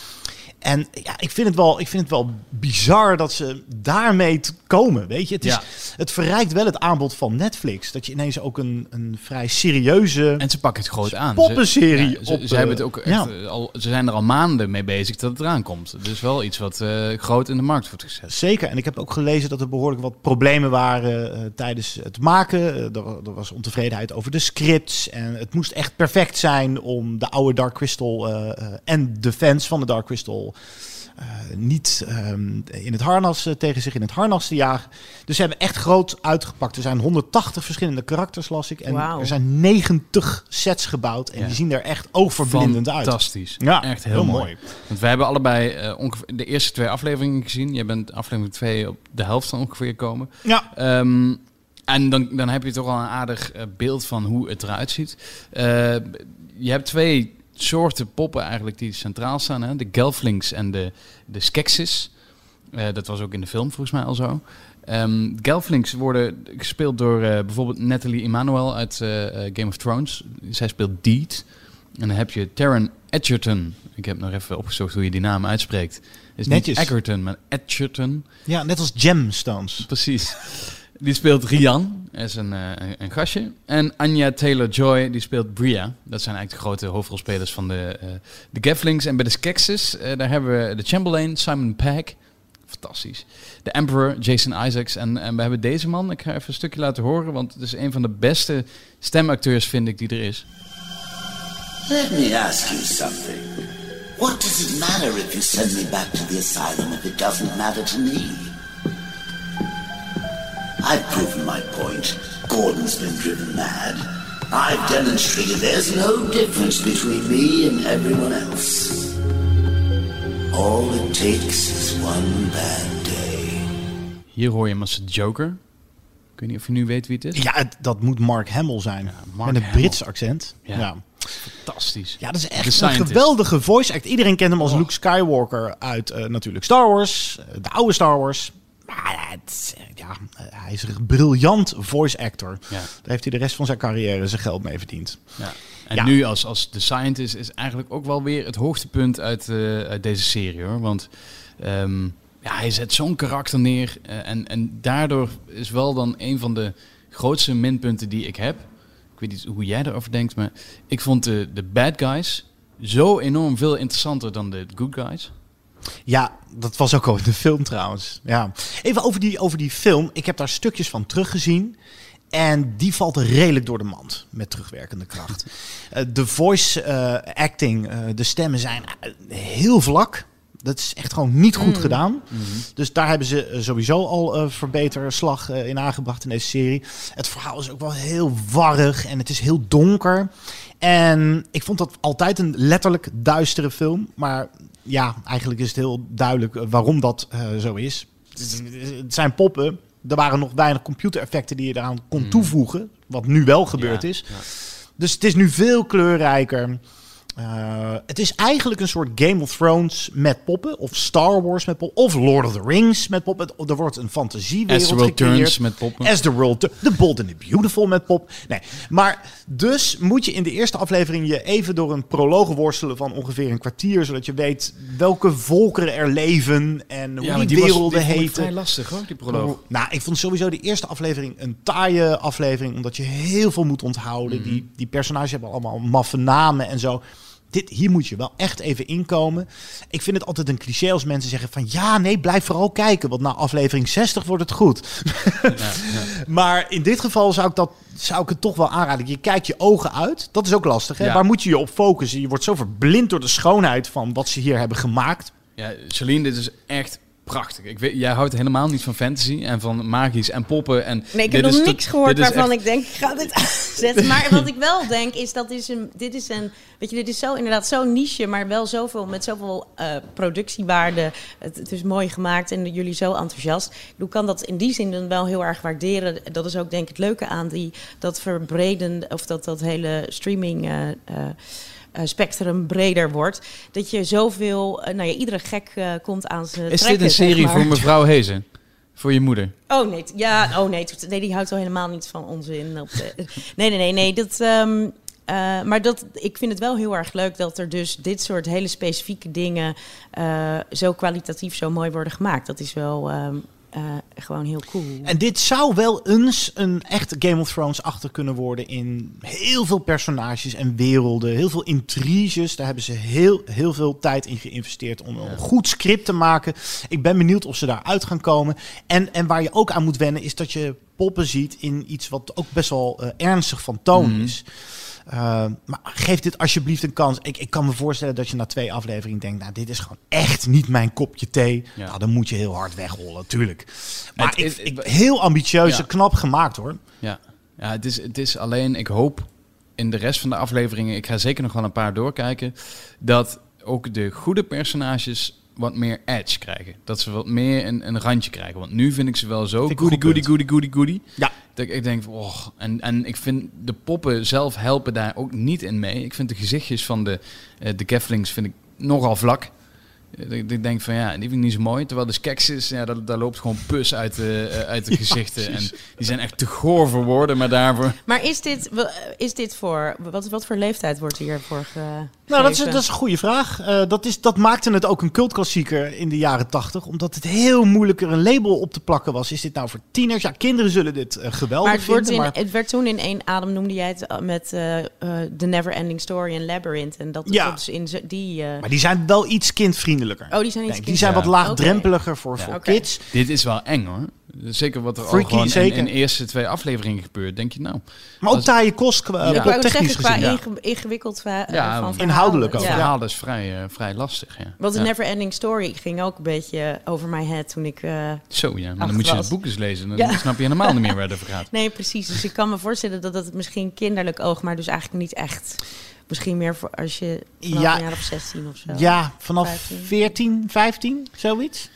En ja, ik vind het wel, ik vind het wel bizar dat ze daarmee te komen, weet je. Het, is, ja. het verrijkt wel het aanbod van Netflix. Dat je ineens ook een, een vrij serieuze... En ze pakken het groot aan. Poppenserie. Ze, ja, op, ze, ze, hebben het ook echt, ja. al, ze zijn er al maanden mee bezig dat het eraan komt. Dus wel iets wat uh, groot in de markt wordt gezet. Zeker. En ik heb ook gelezen dat er behoorlijk wat problemen waren uh, tijdens het maken. Uh, er, er was ontevredenheid over de scripts. En het moest echt perfect zijn om de oude Dark Crystal uh, uh, en de fans van de Dark Crystal... Uh, niet um, in het harnas uh, tegen zich in het harnas te jagen. Dus ze hebben echt groot uitgepakt. Er zijn honderdtachtig verschillende karakters, las ik. En wow. er zijn negentig sets gebouwd. En ja. die zien er echt oogverblindend uit. Fantastisch. Ja, echt heel, heel mooi. mooi. Want wij hebben allebei uh, ongeveer de eerste twee afleveringen gezien. Jij bent aflevering twee op de helft van ongeveer gekomen. Ja. Um, en dan, dan heb je toch al een aardig uh, beeld van hoe het eruit ziet. Uh, je hebt twee soorten poppen eigenlijk die centraal staan. Hè? De Gelflings en de, de Skeksis. Uh, dat was ook in de film volgens mij al zo. Um, Gelflings worden gespeeld door uh, bijvoorbeeld Nathalie Emmanuel uit uh, Game of Thrones. Zij speelt Deed. En dan heb je Taron Egerton. Ik heb nog even opgezocht hoe je die naam uitspreekt. Het is Netjes. niet Egerton, maar Egerton. Ja, net als Gemstones. Precies. Die speelt Rian, dat is een, uh, een gastje. En Anya Taylor-Joy, die speelt Bria. Dat zijn eigenlijk de grote hoofdrolspelers van de, uh, de Gelflings. En bij de Skeksis, uh, daar hebben we de Chamberlain, Simon Pegg. Fantastisch. De Emperor, Jason Isaacs. En, en we hebben deze man, ik ga even een stukje laten horen, want het is een van de beste stemacteurs, vind ik, die er is. Let me ask you something. What does it matter if you send me back to the asylum if it doesn't matter to me? I've proven my point. Gordon's been driven mad. I've demonstrated there's no difference between me and everyone else. All it takes is one bad day. Hier hoor je hem als Joker. Kun weet niet of je nu weet wie het is. Ja, het, dat moet Mark Hamill zijn. Ja, Mark met een Hamill. Brits accent. Ja. Ja. Fantastisch. Ja, dat is The echt een Scientist. geweldige voice act. Iedereen kent hem als Oh. Luke Skywalker uit uh, natuurlijk Star Wars. Uh, de oude Star Wars. Maar het is, uh, ja, uh, hij is een briljant voice actor. Ja. Daar heeft hij de rest van zijn carrière zijn geld mee verdiend. Ja. En Ja. nu als, als The Scientist is eigenlijk ook wel weer het hoogtepunt uit, uh, uit deze serie, hoor. Want um, ja, hij zet zo'n karakter neer. Uh, en, en daardoor is wel dan een van de grootste minpunten die ik heb. Ik weet niet hoe jij erover denkt, maar ik vond de, de bad guys zo enorm veel interessanter dan de good guys. Ja, dat was ook al in de film trouwens. Ja. Even over die, over die film. Ik heb daar stukjes van teruggezien. En die valt redelijk door de mand met terugwerkende kracht. Uh, de voice uh, acting, uh, de stemmen zijn uh, heel vlak. Dat is echt gewoon niet goed Mm. gedaan. Mm-hmm. Dus daar hebben ze uh, sowieso al uh, verbeterslag uh, in aangebracht in deze serie. Het verhaal is ook wel heel warrig en het is heel donker. En ik vond dat altijd een letterlijk duistere film. Maar ja, eigenlijk is het heel duidelijk uh, waarom dat uh, zo is. Het, is. Het zijn poppen. Er waren nog weinig computereffecten die je eraan kon Mm. toevoegen. Wat nu wel gebeurd Ja, is. ja. Dus het is nu veel kleurrijker. Uh, het is eigenlijk een soort Game of Thrones met poppen. Of Star Wars met poppen. Of Lord of the Rings met poppen. Het- Er wordt een fantasiewereld As the World gecreëerd. Turns met poppen. As the World Turns. The Bold and the Beautiful met pop. Nee, maar dus moet je in de eerste aflevering je even door een proloog worstelen van ongeveer een kwartier. Zodat je weet welke volkeren er leven en hoe Ja, maar die, die was- werelden die vond ik heten. vrij lastig, hoor, die proloog. Nou, ik vond sowieso de eerste aflevering een taaie aflevering. Omdat je heel veel moet onthouden. Mhm. Die, die personages hebben allemaal maffe namen en zo. Dit, hier moet je wel echt even inkomen. Ik vind het altijd een cliché als mensen zeggen van... ja, nee, blijf vooral kijken. Want na aflevering zestig wordt het goed. Ja, ja. Maar in dit geval zou ik, dat, zou ik het toch wel aanraden. Je kijkt je ogen uit. Dat is ook lastig. Hè? Ja. Waar moet je je op focussen? Je wordt zo verblind door de schoonheid van wat ze hier hebben gemaakt. Ja, Charlene, dit is echt prachtig. Ik weet, jij houdt helemaal niet van fantasy en van magisch en poppen. En Nee, ik dit heb is nog tot- niks gehoord dit is waarvan echt- ik denk, ik ga dit aanzetten. Maar wat ik wel denk, is dat is een, dit is een, weet je, dit is zo inderdaad zo'n niche, maar wel zoveel, met zoveel uh, productiewaarde. Het, het is mooi gemaakt en jullie zo enthousiast. Ik kan dat in die zin dan wel heel erg waarderen. Dat is ook denk ik het leuke aan die, dat verbreden, of dat, dat hele streaming... Uh, uh, Uh, spectrum breder wordt. Dat je zoveel... Uh, nou ja, iedere gek uh, komt aan zijn Is trekken, dit een zeg serie maar. voor mevrouw Hezen? Voor je moeder? Oh nee, t- ja, oh nee, t- nee, die houdt al helemaal niet van onzin. Op de, nee, nee, nee, nee. Dat, um, uh, maar dat, ik vind het wel heel erg leuk dat er dus dit soort hele specifieke dingen uh, zo kwalitatief, zo mooi worden gemaakt. Dat is wel um, uh, gewoon heel cool. En dit zou wel eens een echt Game of Thrones-achtig kunnen worden in heel veel personages en werelden. Heel veel intriges. Daar hebben ze heel, heel veel tijd in geïnvesteerd om een goed script te maken. Ik ben benieuwd of ze daaruit gaan komen. En, en waar je ook aan moet wennen is dat je poppen ziet in iets wat ook best wel uh, ernstig van toon Mhm. is. Uh, maar geef dit alsjeblieft een kans. Ik, ik kan me voorstellen dat je na twee afleveringen denkt... nou, dit is gewoon echt niet mijn kopje thee. Ja. Nou, dan moet je heel hard wegrollen, tuurlijk. Maar Het ik, is- ik, heel ambitieus, Ja. knap gemaakt, hoor. Ja, ja het, is, het is alleen, ik hoop in de rest van de afleveringen, ik ga zeker nog wel een paar doorkijken, dat ook de goede personages wat meer edge krijgen. Dat ze wat meer een, een randje krijgen. Want nu vind ik ze wel zo Vind ik een goody, goed goody, punt. goody, goody, goody. Ja. Dat ik, ik denk, oh, en, en ik vind de poppen zelf helpen daar ook niet in mee. Ik vind de gezichtjes van de, uh, de Keflings vind ik nogal vlak. Uh, Ik ik denk van ja, die vind ik niet zo mooi. Terwijl de Skeksis, ja, daar, daar loopt gewoon pus uit de, uh, uit de gezichten. En die zijn echt te goor voor woorden, maar daarvoor... Maar is dit, wel- is dit voor... Wat, wat voor leeftijd wordt hiervoor ge, Nou, dat is, gegeven? dat is een goede vraag. Uh, dat, is, dat maakte het ook een cultklassieker in de jaren tachtig. Omdat het heel moeilijker een label op te plakken was. Is dit nou voor tieners? Ja, kinderen zullen dit uh, geweldig Maar het, wordt vinden. in, maar het werd toen in één adem, noemde jij het uh, met uh, uh, The Neverending Story en Labyrinth. En dat, Ja. dat is in zo- die... uh, Maar die zijn wel iets kindvriendelijker. Oh, die zijn iets Denk, die zijn wat kindvriendelijker. laagdrempeliger voor, Ja. voor Oké. kids. Dit is wel eng hoor. Zeker wat er Freaky, al gewoon in, zeker. in de eerste twee afleveringen gebeurt. Denk je nou? Maar ook Als- taaie kost qua Ja. ik wou ook technisch zeggen, qua gezien. inge- ingewikkeld uh, Ja, van inhoudelijk verhalen. ook, Het Ja. verhaal is vrij, uh, vrij lastig. Ja. Want The Ja. Neverending Story ging ook een beetje over my head toen ik... uh, Zo ja, maar acht dan moet je was. het boek eens lezen. Dan Ja. snap je helemaal niet meer waar het over gaat. Nee, precies. Dus ik kan me voorstellen dat het misschien kinderlijk oog, maar dus eigenlijk niet echt. Misschien meer voor als je vanaf Ja. een jaar of zestien of zo. Ja, vanaf vijftien. veertien, vijftien, zoiets.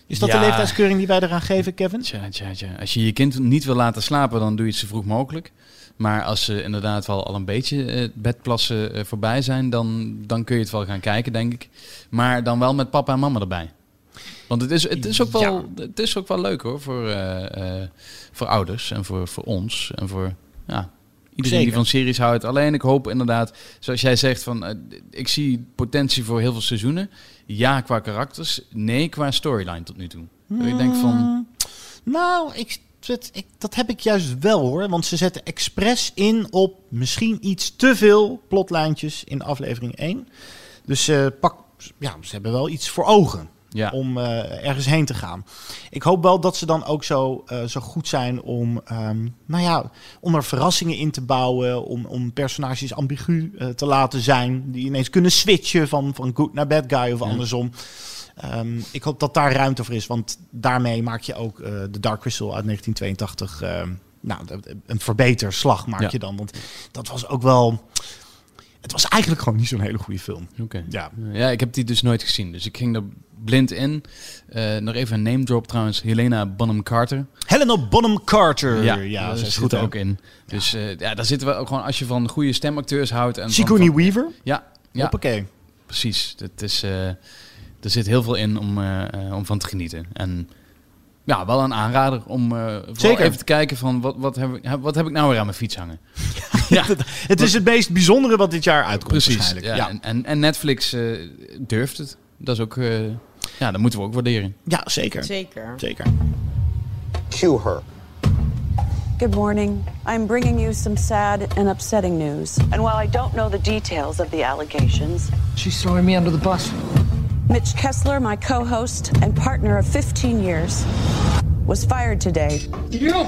Is dat Ja. de leeftijdskeuring die wij eraan geven, Kevin? Tja, tja, tja. Als je je kind niet wil laten slapen, dan doe je het zo vroeg mogelijk. Maar als ze inderdaad wel al een beetje uh, bedplassen uh, voorbij zijn, dan, dan kun je het wel gaan kijken, denk ik. Maar dan wel met papa en mama erbij. Want het is, het is, ook, wel, Ja. het is ook wel leuk hoor, voor, uh, uh, voor ouders en voor, voor ons en voor ja, iedereen Zeker. die van series houdt. Alleen ik hoop inderdaad, zoals jij zegt, van, uh, ik zie potentie voor heel veel seizoenen. Ja, qua karakters. Nee, qua storyline tot nu toe. Dat ik denk van... Nou, ik, dat, ik, dat heb ik juist wel hoor. Want ze zetten expres in op misschien iets te veel plotlijntjes in aflevering één. Dus uh, pak, ja, ze hebben wel iets voor ogen. Ja. Om uh, ergens heen te gaan. Ik hoop wel dat ze dan ook zo, uh, zo goed zijn om, um, nou ja, om er verrassingen in te bouwen. Om, om personages ambigu uh, te laten zijn. Die ineens kunnen switchen van, van good naar bad guy of Ja. andersom. Um, ik hoop dat daar ruimte voor is. Want daarmee maak je ook uh, de Dark Crystal uit negentien tweeëntachtig... Uh, nou, een verbeterslag maak Ja. je dan. Want dat was ook wel... Het was eigenlijk gewoon niet zo'n hele goede film. Oké. Okay. Ja. ja, ik heb die dus nooit gezien. Dus ik ging er blind in. Uh, nog even een name drop trouwens. Helena Bonham Carter. Helena Bonham Carter. Ja, ja daar ze is zit goed er hè? ook in. Dus uh, ja, daar zitten we ook gewoon als je van goede stemacteurs houdt. En Sigourney van, van, Weaver. Ja, ja. Hoppakee. Precies. Dat is, uh, er zit heel veel in om, uh, uh, om van te genieten. En ja, wel een aanrader om uh, Zeker. even te kijken van wat, wat, heb ik, wat heb ik nou weer aan mijn fiets hangen. Ja, het is het meest bijzondere wat dit jaar uitkomt. Precies. Waarschijnlijk. Ja, Ja. En, en, en Netflix uh, durft het. Dat is ook, uh, ja, dat moeten we ook waarderen. Ja, zeker. Zeker. Zeker. Cue her. Good morning. I'm bringing you some sad and upsetting news. And while I don't know the details of the allegations, She's throwing me under the bus. Mitch Kessler, my co-host and partner of fifteen years, was fired today. You!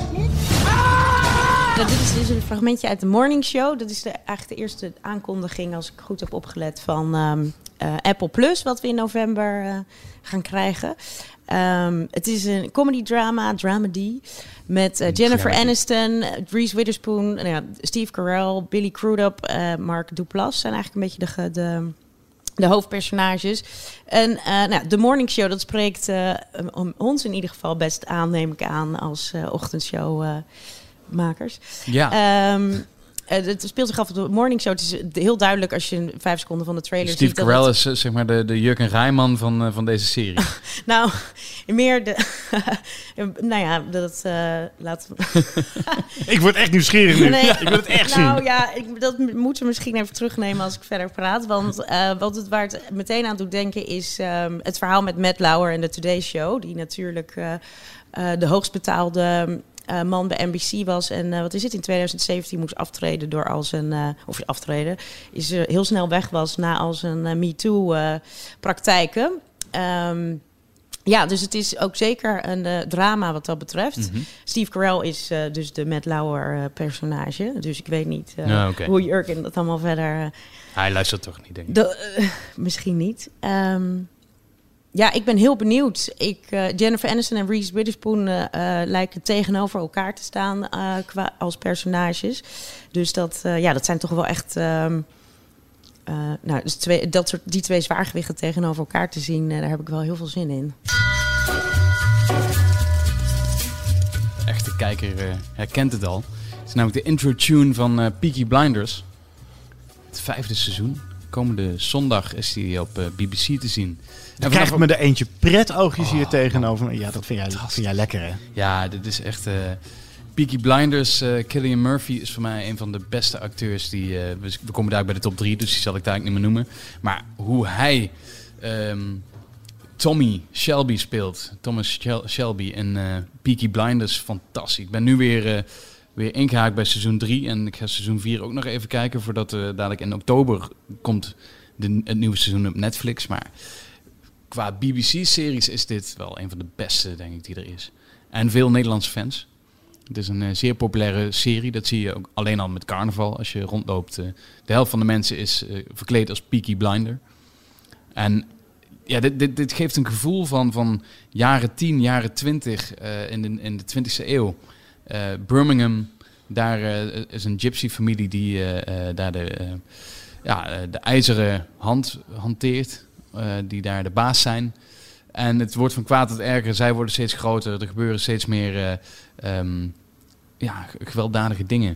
Dit is dus een fragmentje uit de Morning Show. Dat is de, eigenlijk de eerste aankondiging, als ik goed heb opgelet, van um, uh, Apple Plus, wat we in november uh, gaan krijgen. Um, het is een comedy drama, dramedy, met uh, Jennifer Aniston, Reese Witherspoon, uh, ja, Steve Carell, Billy Crudup, uh, Mark Duplass zijn eigenlijk een beetje de, de, de hoofdpersonages. En uh, nou, de Morning Show, dat spreekt uh, um, ons in ieder geval best aan, neem ik aan, als uh, ochtendshow uh, makers. Ja. Um, het speelt zich af op de Morning Show. Het is heel duidelijk als je vijf seconden van de trailer Steve ziet. Carell dat is uh, zeg maar de, de Jurgen Rijman van, uh, van deze serie. Nou, meer de... nou ja, dat uh, laten we... Ik word echt nieuwsgierig nu. Nee, ik wil het echt nou, zien. ja, ik, dat moeten we misschien even terugnemen als ik verder praat. Want uh, wat het, waar het meteen aan doet denken is um, het verhaal met Matt Lauer en de Today Show. Die natuurlijk uh, uh, de hoogst betaalde... Uh, man bij N B C was en uh, wat is het, in twintig zeventien moest aftreden door als een, uh, of aftreden, is uh, heel snel weg was na als een uh, MeToo uh, praktijken. Um, ja, dus het is ook zeker een uh, drama wat dat betreft. Mm-hmm. Steve Carell is uh, dus de Matt Lauer uh, personage, dus ik weet niet uh, ja, okay. hoe Jurgen dat allemaal verder... Uh, Hij luistert toch niet, denk ik. De, uh, misschien niet. Um, Ja, ik ben heel benieuwd. Ik, uh, Jennifer Aniston en Reese Witherspoon uh, uh, lijken tegenover elkaar te staan uh, qua, als personages. Dus dat, uh, ja, dat zijn toch wel echt... Um, uh, nou, dus twee, dat soort, die twee zwaargewichten tegenover elkaar te zien, uh, daar heb ik wel heel veel zin in. De echte kijker uh, herkent het al. Het is namelijk de intro-tune van uh, Peaky Blinders. Het vijfde seizoen. Komende zondag is die op uh, B B C te zien. Dan krijg ik me er eentje pret-oogjes oh, hier tegenover. Ja, dat vind jij, dat vind jij lekker, hè? Ja, dit is echt... Uh, Peaky Blinders, uh, Cillian Murphy is voor mij een van de beste acteurs. Die, uh, we, we komen daar bij de top drie, dus die zal ik daar niet meer noemen. Maar hoe hij um, Tommy Shelby speelt, Thomas Shel- Shelby in uh, Peaky Blinders, fantastisch. Ik ben nu weer... Uh, Weer ingehaakt bij seizoen drie. En ik ga seizoen vier ook nog even kijken. Voordat uh, dadelijk in oktober komt de, het nieuwe seizoen op Netflix. Maar qua B B C-series is dit wel een van de beste, denk ik, die er is. En veel Nederlandse fans. Het is een uh, zeer populaire serie. Dat zie je ook alleen al met carnaval. Als je rondloopt. Uh, de helft van de mensen is uh, verkleed als Peaky Blinder. En ja, dit, dit, dit geeft een gevoel van, van jaren tien, jaren twintig uh, in, de, in de twintigste eeuw. Uh, Birmingham, daar uh, is een gypsy-familie die uh, uh, daar de, uh, ja, uh, de ijzeren hand hanteert. Uh, die daar de baas zijn. En het wordt van kwaad tot erger. Zij worden steeds groter. Er gebeuren steeds meer uh, um, ja, gewelddadige dingen.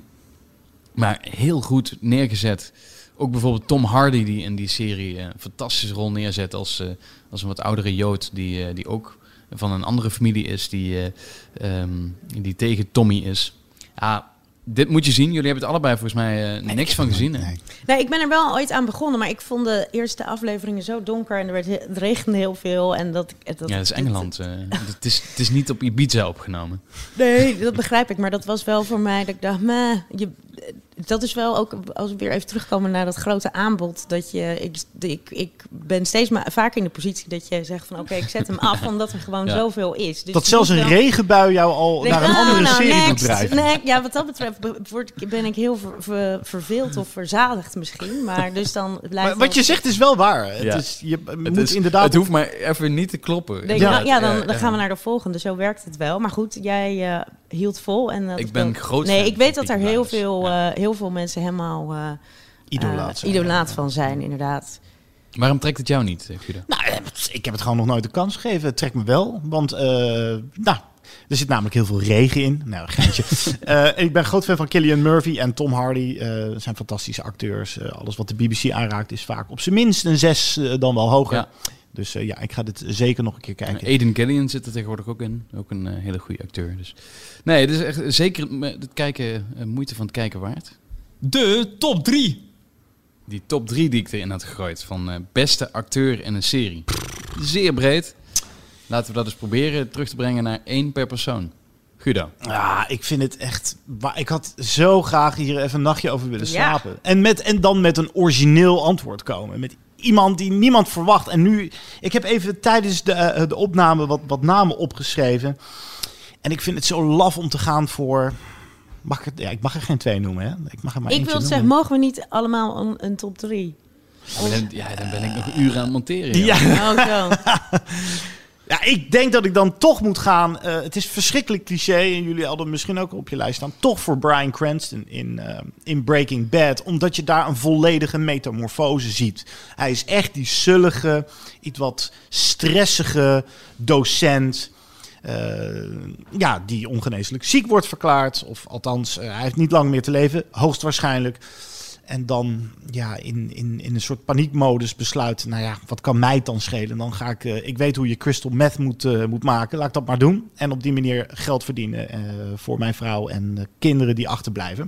Maar heel goed neergezet. Ook bijvoorbeeld Tom Hardy die in die serie een fantastische rol neerzet als, uh, als een wat oudere Jood die, uh, die ook van een andere familie is die, uh, um, die tegen Tommy is. Ja, dit moet je zien. Jullie hebben het allebei volgens mij uh, nee, niks van gezien. Nee. nee, ik ben er wel ooit aan begonnen, maar ik vond de eerste afleveringen zo donker en er werd, het regende heel veel. En dat, dat, ja, dat is Engeland. Uh, het, is, het is niet op Ibiza opgenomen. Nee, dat begrijp ik. Maar dat was wel voor mij dat ik dacht, meh, je... Dat is wel ook, als we weer even terugkomen naar dat grote aanbod, dat je, ik, ik, ik ben steeds maar vaak in de positie dat je zegt van oké, okay, ik zet hem af, omdat er gewoon ja. zoveel is. Dus dat zelfs een wel... regenbui jou al denk, naar een oh, andere nou, serie doet drijven. Nee, ja, wat dat betreft word, ben ik heel ver, ver, verveeld of verzadigd misschien, maar dus dan blijft. Maar wat je zegt is wel waar. Het ja. is, je het moet is, inderdaad. Het hoeft maar even niet te kloppen. Denk, ja, nou, ja, dan, dan gaan we naar de volgende. Zo werkt het wel. Maar goed, jij uh, hield vol en dat ik ben ook, groot. Nee, ik weet dat er heel veel, uh, heel veel mensen helemaal uh, idolaat, uh, idolaat van zijn, inderdaad. Waarom trekt het jou niet, Guido? Nou, ik heb het gewoon nog nooit de kans gegeven. Het trekt me wel, want uh, nou, er zit namelijk heel veel regen in. Nou, geintje. uh, ik ben groot fan van Cillian Murphy en Tom Hardy. Uh, zijn fantastische acteurs. Uh, alles wat de B B C aanraakt is vaak op zijn minst een zes, uh, dan wel hoger. Ja. Dus uh, ja, ik ga dit zeker nog een keer kijken. Aidan Gillian zit er tegenwoordig ook in. Ook een uh, hele goede acteur. Dus. Nee, het is echt zeker het kijken, uh, moeite van het kijken waard. De top drie. Die top drie die ik erin had gegooid. Van uh, beste acteur in een serie. Zeer breed. Laten we dat eens proberen terug te brengen naar één per persoon. Guido. Ja, ik vind het echt... Ik had zo graag hier even een nachtje over willen slapen. Ja. En, met, en dan met een origineel antwoord komen. Met iemand die niemand verwacht. En nu... Ik heb even tijdens de, uh, de opname wat, wat namen opgeschreven. En ik vind het zo laf om te gaan voor... Mag ik, het, ja, ik mag er geen twee noemen, hè? Ik mag er maar ik wil het zeggen, mogen we niet allemaal een, een top drie? Ja, dan, ja, dan ben ik nog uren aan het monteren. Ja. Ja. Ja, ik denk dat ik dan toch moet gaan. Uh, het is verschrikkelijk cliché en jullie hadden misschien ook op je lijst staan. Toch voor Bryan Cranston in, uh, in Breaking Bad. Omdat je daar een volledige metamorfose ziet. Hij is echt die zullige, iets wat stressige docent. Uh, ja, die ongeneeslijk ziek wordt verklaard. Of althans, uh, hij heeft niet lang meer te leven, hoogstwaarschijnlijk. En dan ja, in, in, in een soort paniekmodus besluit, nou ja, wat kan mij het dan schelen? Dan ga ik, uh, ik weet hoe je crystal meth moet, uh, moet maken, laat ik dat maar doen. En op die manier geld verdienen uh, voor mijn vrouw en uh, kinderen die achterblijven.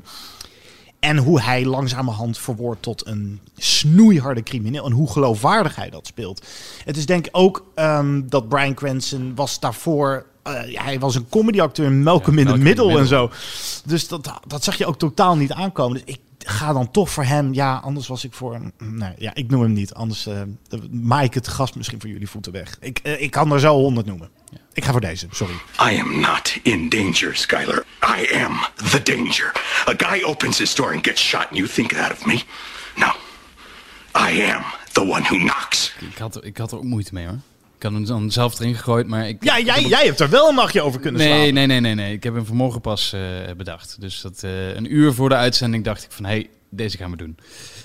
En hoe hij langzamerhand verwoordt tot een snoeiharde crimineel. En hoe geloofwaardig hij dat speelt. Het is denk ik ook um, dat Bryan Cranston was daarvoor... Uh, ja, hij was een comedyacteur, Malcolm ja, in the Middle en zo. Dus dat, dat zag je ook totaal niet aankomen. Dus ik ga dan toch voor hem. Ja, anders was ik voor... Nee, ja, ik noem hem niet. Anders uh, maai ik het gast misschien voor jullie voeten weg. Ik, uh, ik kan er zo honderd noemen. Ja. Ik ga voor deze, sorry. I am not in danger, Skyler. I am the danger. A guy opens his door and gets shot and you think that of me? No. I am the one who knocks. Ik had, ik had er ook moeite mee, hoor. Ik had hem dan zelf erin gegooid, maar... Ik, ja, ik jij, heb jij hebt er wel een nachtje over kunnen nee, slapen. Nee, nee, nee, nee. Ik heb hem vanmorgen pas uh, bedacht. Dus dat, uh, een uur voor de uitzending dacht ik van... hé, hey, deze gaan we doen.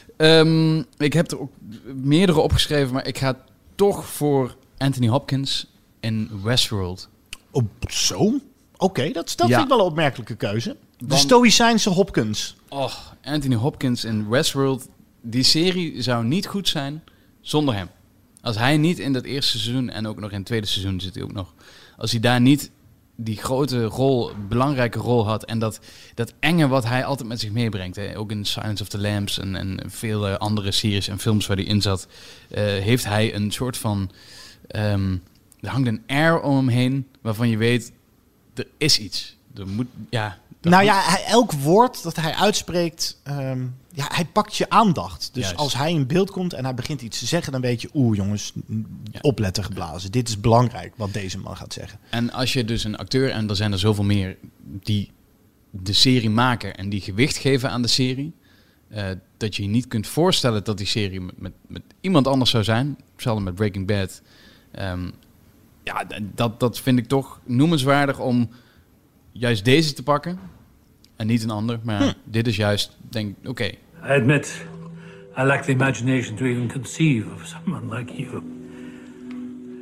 Um, ik heb er ook meerdere opgeschreven, maar ik ga toch voor Anthony Hopkins in Westworld. Oh, zo? Oké, okay, dat, dat ja. vind ik wel een opmerkelijke keuze. De Want, stoïcijnse Hopkins. Oh, Anthony Hopkins in Westworld. Die serie zou niet goed zijn zonder hem. Als hij niet in dat eerste seizoen en ook nog in het tweede seizoen zit hij ook nog. Als hij daar niet die grote rol, belangrijke rol had en dat, dat enge wat hij altijd met zich meebrengt. Hè, ook in Silence of the Lambs en, en vele andere series en films waar hij in zat, uh, heeft hij een soort van... Um, er hangt een air om hem heen waarvan je weet, er is iets. Er moet, ja, nou moet... ja, hij, elk woord dat hij uitspreekt... Um... Ja, hij pakt je aandacht. Dus Juist. Als hij in beeld komt en hij begint iets te zeggen... dan weet je, oeh jongens, ja. opletten geblazen. Dit is belangrijk wat deze man gaat zeggen. En als je dus een acteur, en er zijn er zoveel meer... die de serie maken en die gewicht geven aan de serie... Uh, dat je je niet kunt voorstellen dat die serie met, met, met iemand anders zou zijn. Hetzelfde met Breaking Bad. Um, ja, dat, dat vind ik toch noemenswaardig om juist deze te pakken... En niet een ander, maar hm. dit is juist, denk oké. Okay. I admit, I lack the imagination to even conceive of someone like you.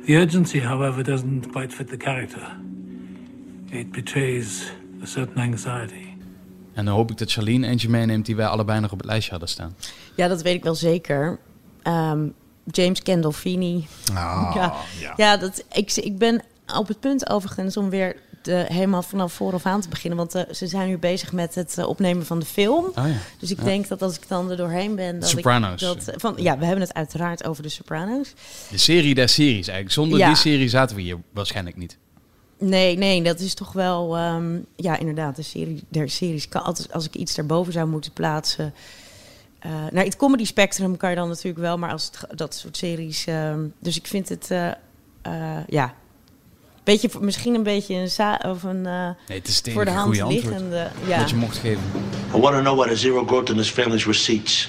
The urgency, however, doesn't quite fit the character. It betrays a certain anxiety. En dan hoop ik dat Charlene eentje meeneemt die wij allebei nog op het lijstje hadden staan. Ja, dat weet ik wel zeker. Um, James Gandolfini. Oh, ja, ja. ja dat, ik, ik ben op het punt overigens om weer de, helemaal vanaf vooraf aan te beginnen. Want uh, ze zijn nu bezig met het uh, opnemen van de film. Oh ja. Dus ik ja. denk denk dat als ik dan er doorheen ben... Dat Sopranos. Ik, dat, van, ja, we hebben het uiteraard over de Sopranos. De serie der series eigenlijk. Zonder ja. die serie zaten we hier waarschijnlijk niet. Nee, nee, dat is toch wel... Um, ja, inderdaad, de serie der series. Kan altijd, als ik iets daarboven zou moeten plaatsen... Uh, nou, het comedy spectrum kan je dan natuurlijk wel, maar als het, dat soort series... Um, dus ik vind het, uh, uh, ja... Beetje, misschien een beetje een... Za- of een uh, nee, het is voor de hand liggende... Ja. Dat je mocht geven. I want to know what a zero growth in this family's receipts.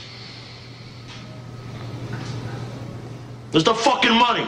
There's the fucking money.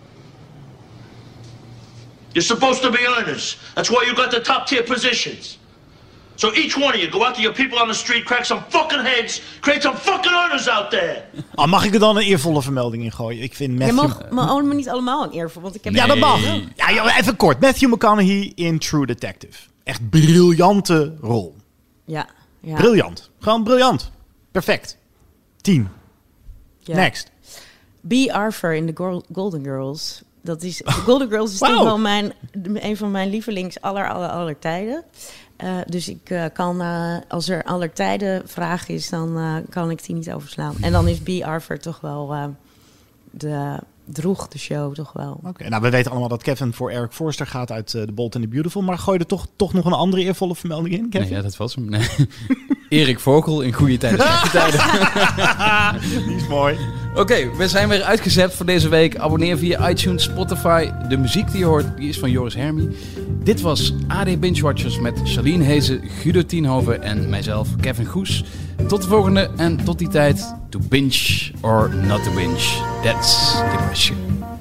You're supposed to be earners. That's why you got the top tier positions. So each one of you go out to your people on the street, crack some fucking heads, create some fucking earners out there. Ah, mag ik er dan een eervolle vermelding in gooien? Ik vind Matthew... Je mag maar uh, niet allemaal een eervol, want ik heb... Nee. Ja, dat mag. Ja, ja, even kort. Matthew McConaughey in True Detective. Echt briljante rol. Ja. ja. Briljant. Gewoon briljant. Perfect. Tien. Ja. Next. B. Arthur in The Golden Girls. Dat is, The Golden Girls is wow. toch wel mijn, een van mijn lievelings aller, aller, aller tijden. Uh, dus ik uh, kan, uh, als er aller tijden vraag is, dan uh, kan ik die niet overslaan. En dan is B. Arthur toch wel uh, de droeg de show toch wel. Oké, okay, nou we weten allemaal dat Kevin voor Eric Forster gaat uit uh, The Bold and the Beautiful. Maar gooi er toch, toch nog een andere eervolle vermelding in, Kevin? Nee, ja, dat was hem. Nee. Erik Vogel in Goede Tijden, Slechte Tijden. Die is mooi. Oké, okay, we zijn weer uitgezet voor deze week. Abonneer via iTunes, Spotify. De muziek die je hoort, die is van Joris Hermy. Dit was A D Binge Watchers met Charlene Hezen, Guido Tienhoven en mijzelf, Kevin Goes. Tot de volgende en tot die tijd, to binge or not to binge. That's the question.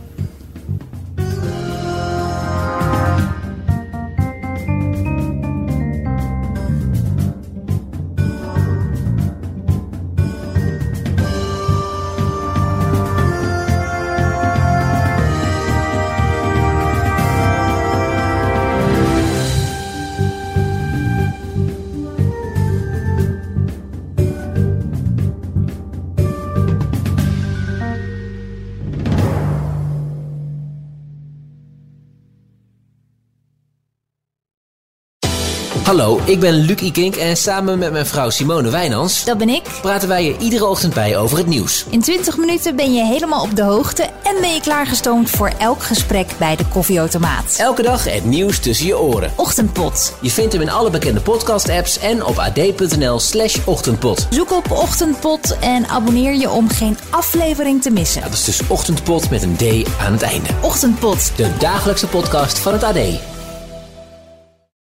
Hallo, ik ben Luc Ikink en samen met mijn vrouw Simone Wijnands... Dat ben ik. ...praten wij je iedere ochtend bij over het nieuws. In twintig minuten ben je helemaal op de hoogte... en ben je klaargestoomd voor elk gesprek bij de koffieautomaat. Elke dag het nieuws tussen je oren. Ochtendpot. Je vindt hem in alle bekende podcast-apps en op ad.nl slash ochtendpot. Zoek op Ochtendpot en abonneer je om geen aflevering te missen. Dat is dus Ochtendpot met een D aan het einde. Ochtendpot. De dagelijkse podcast van het A D.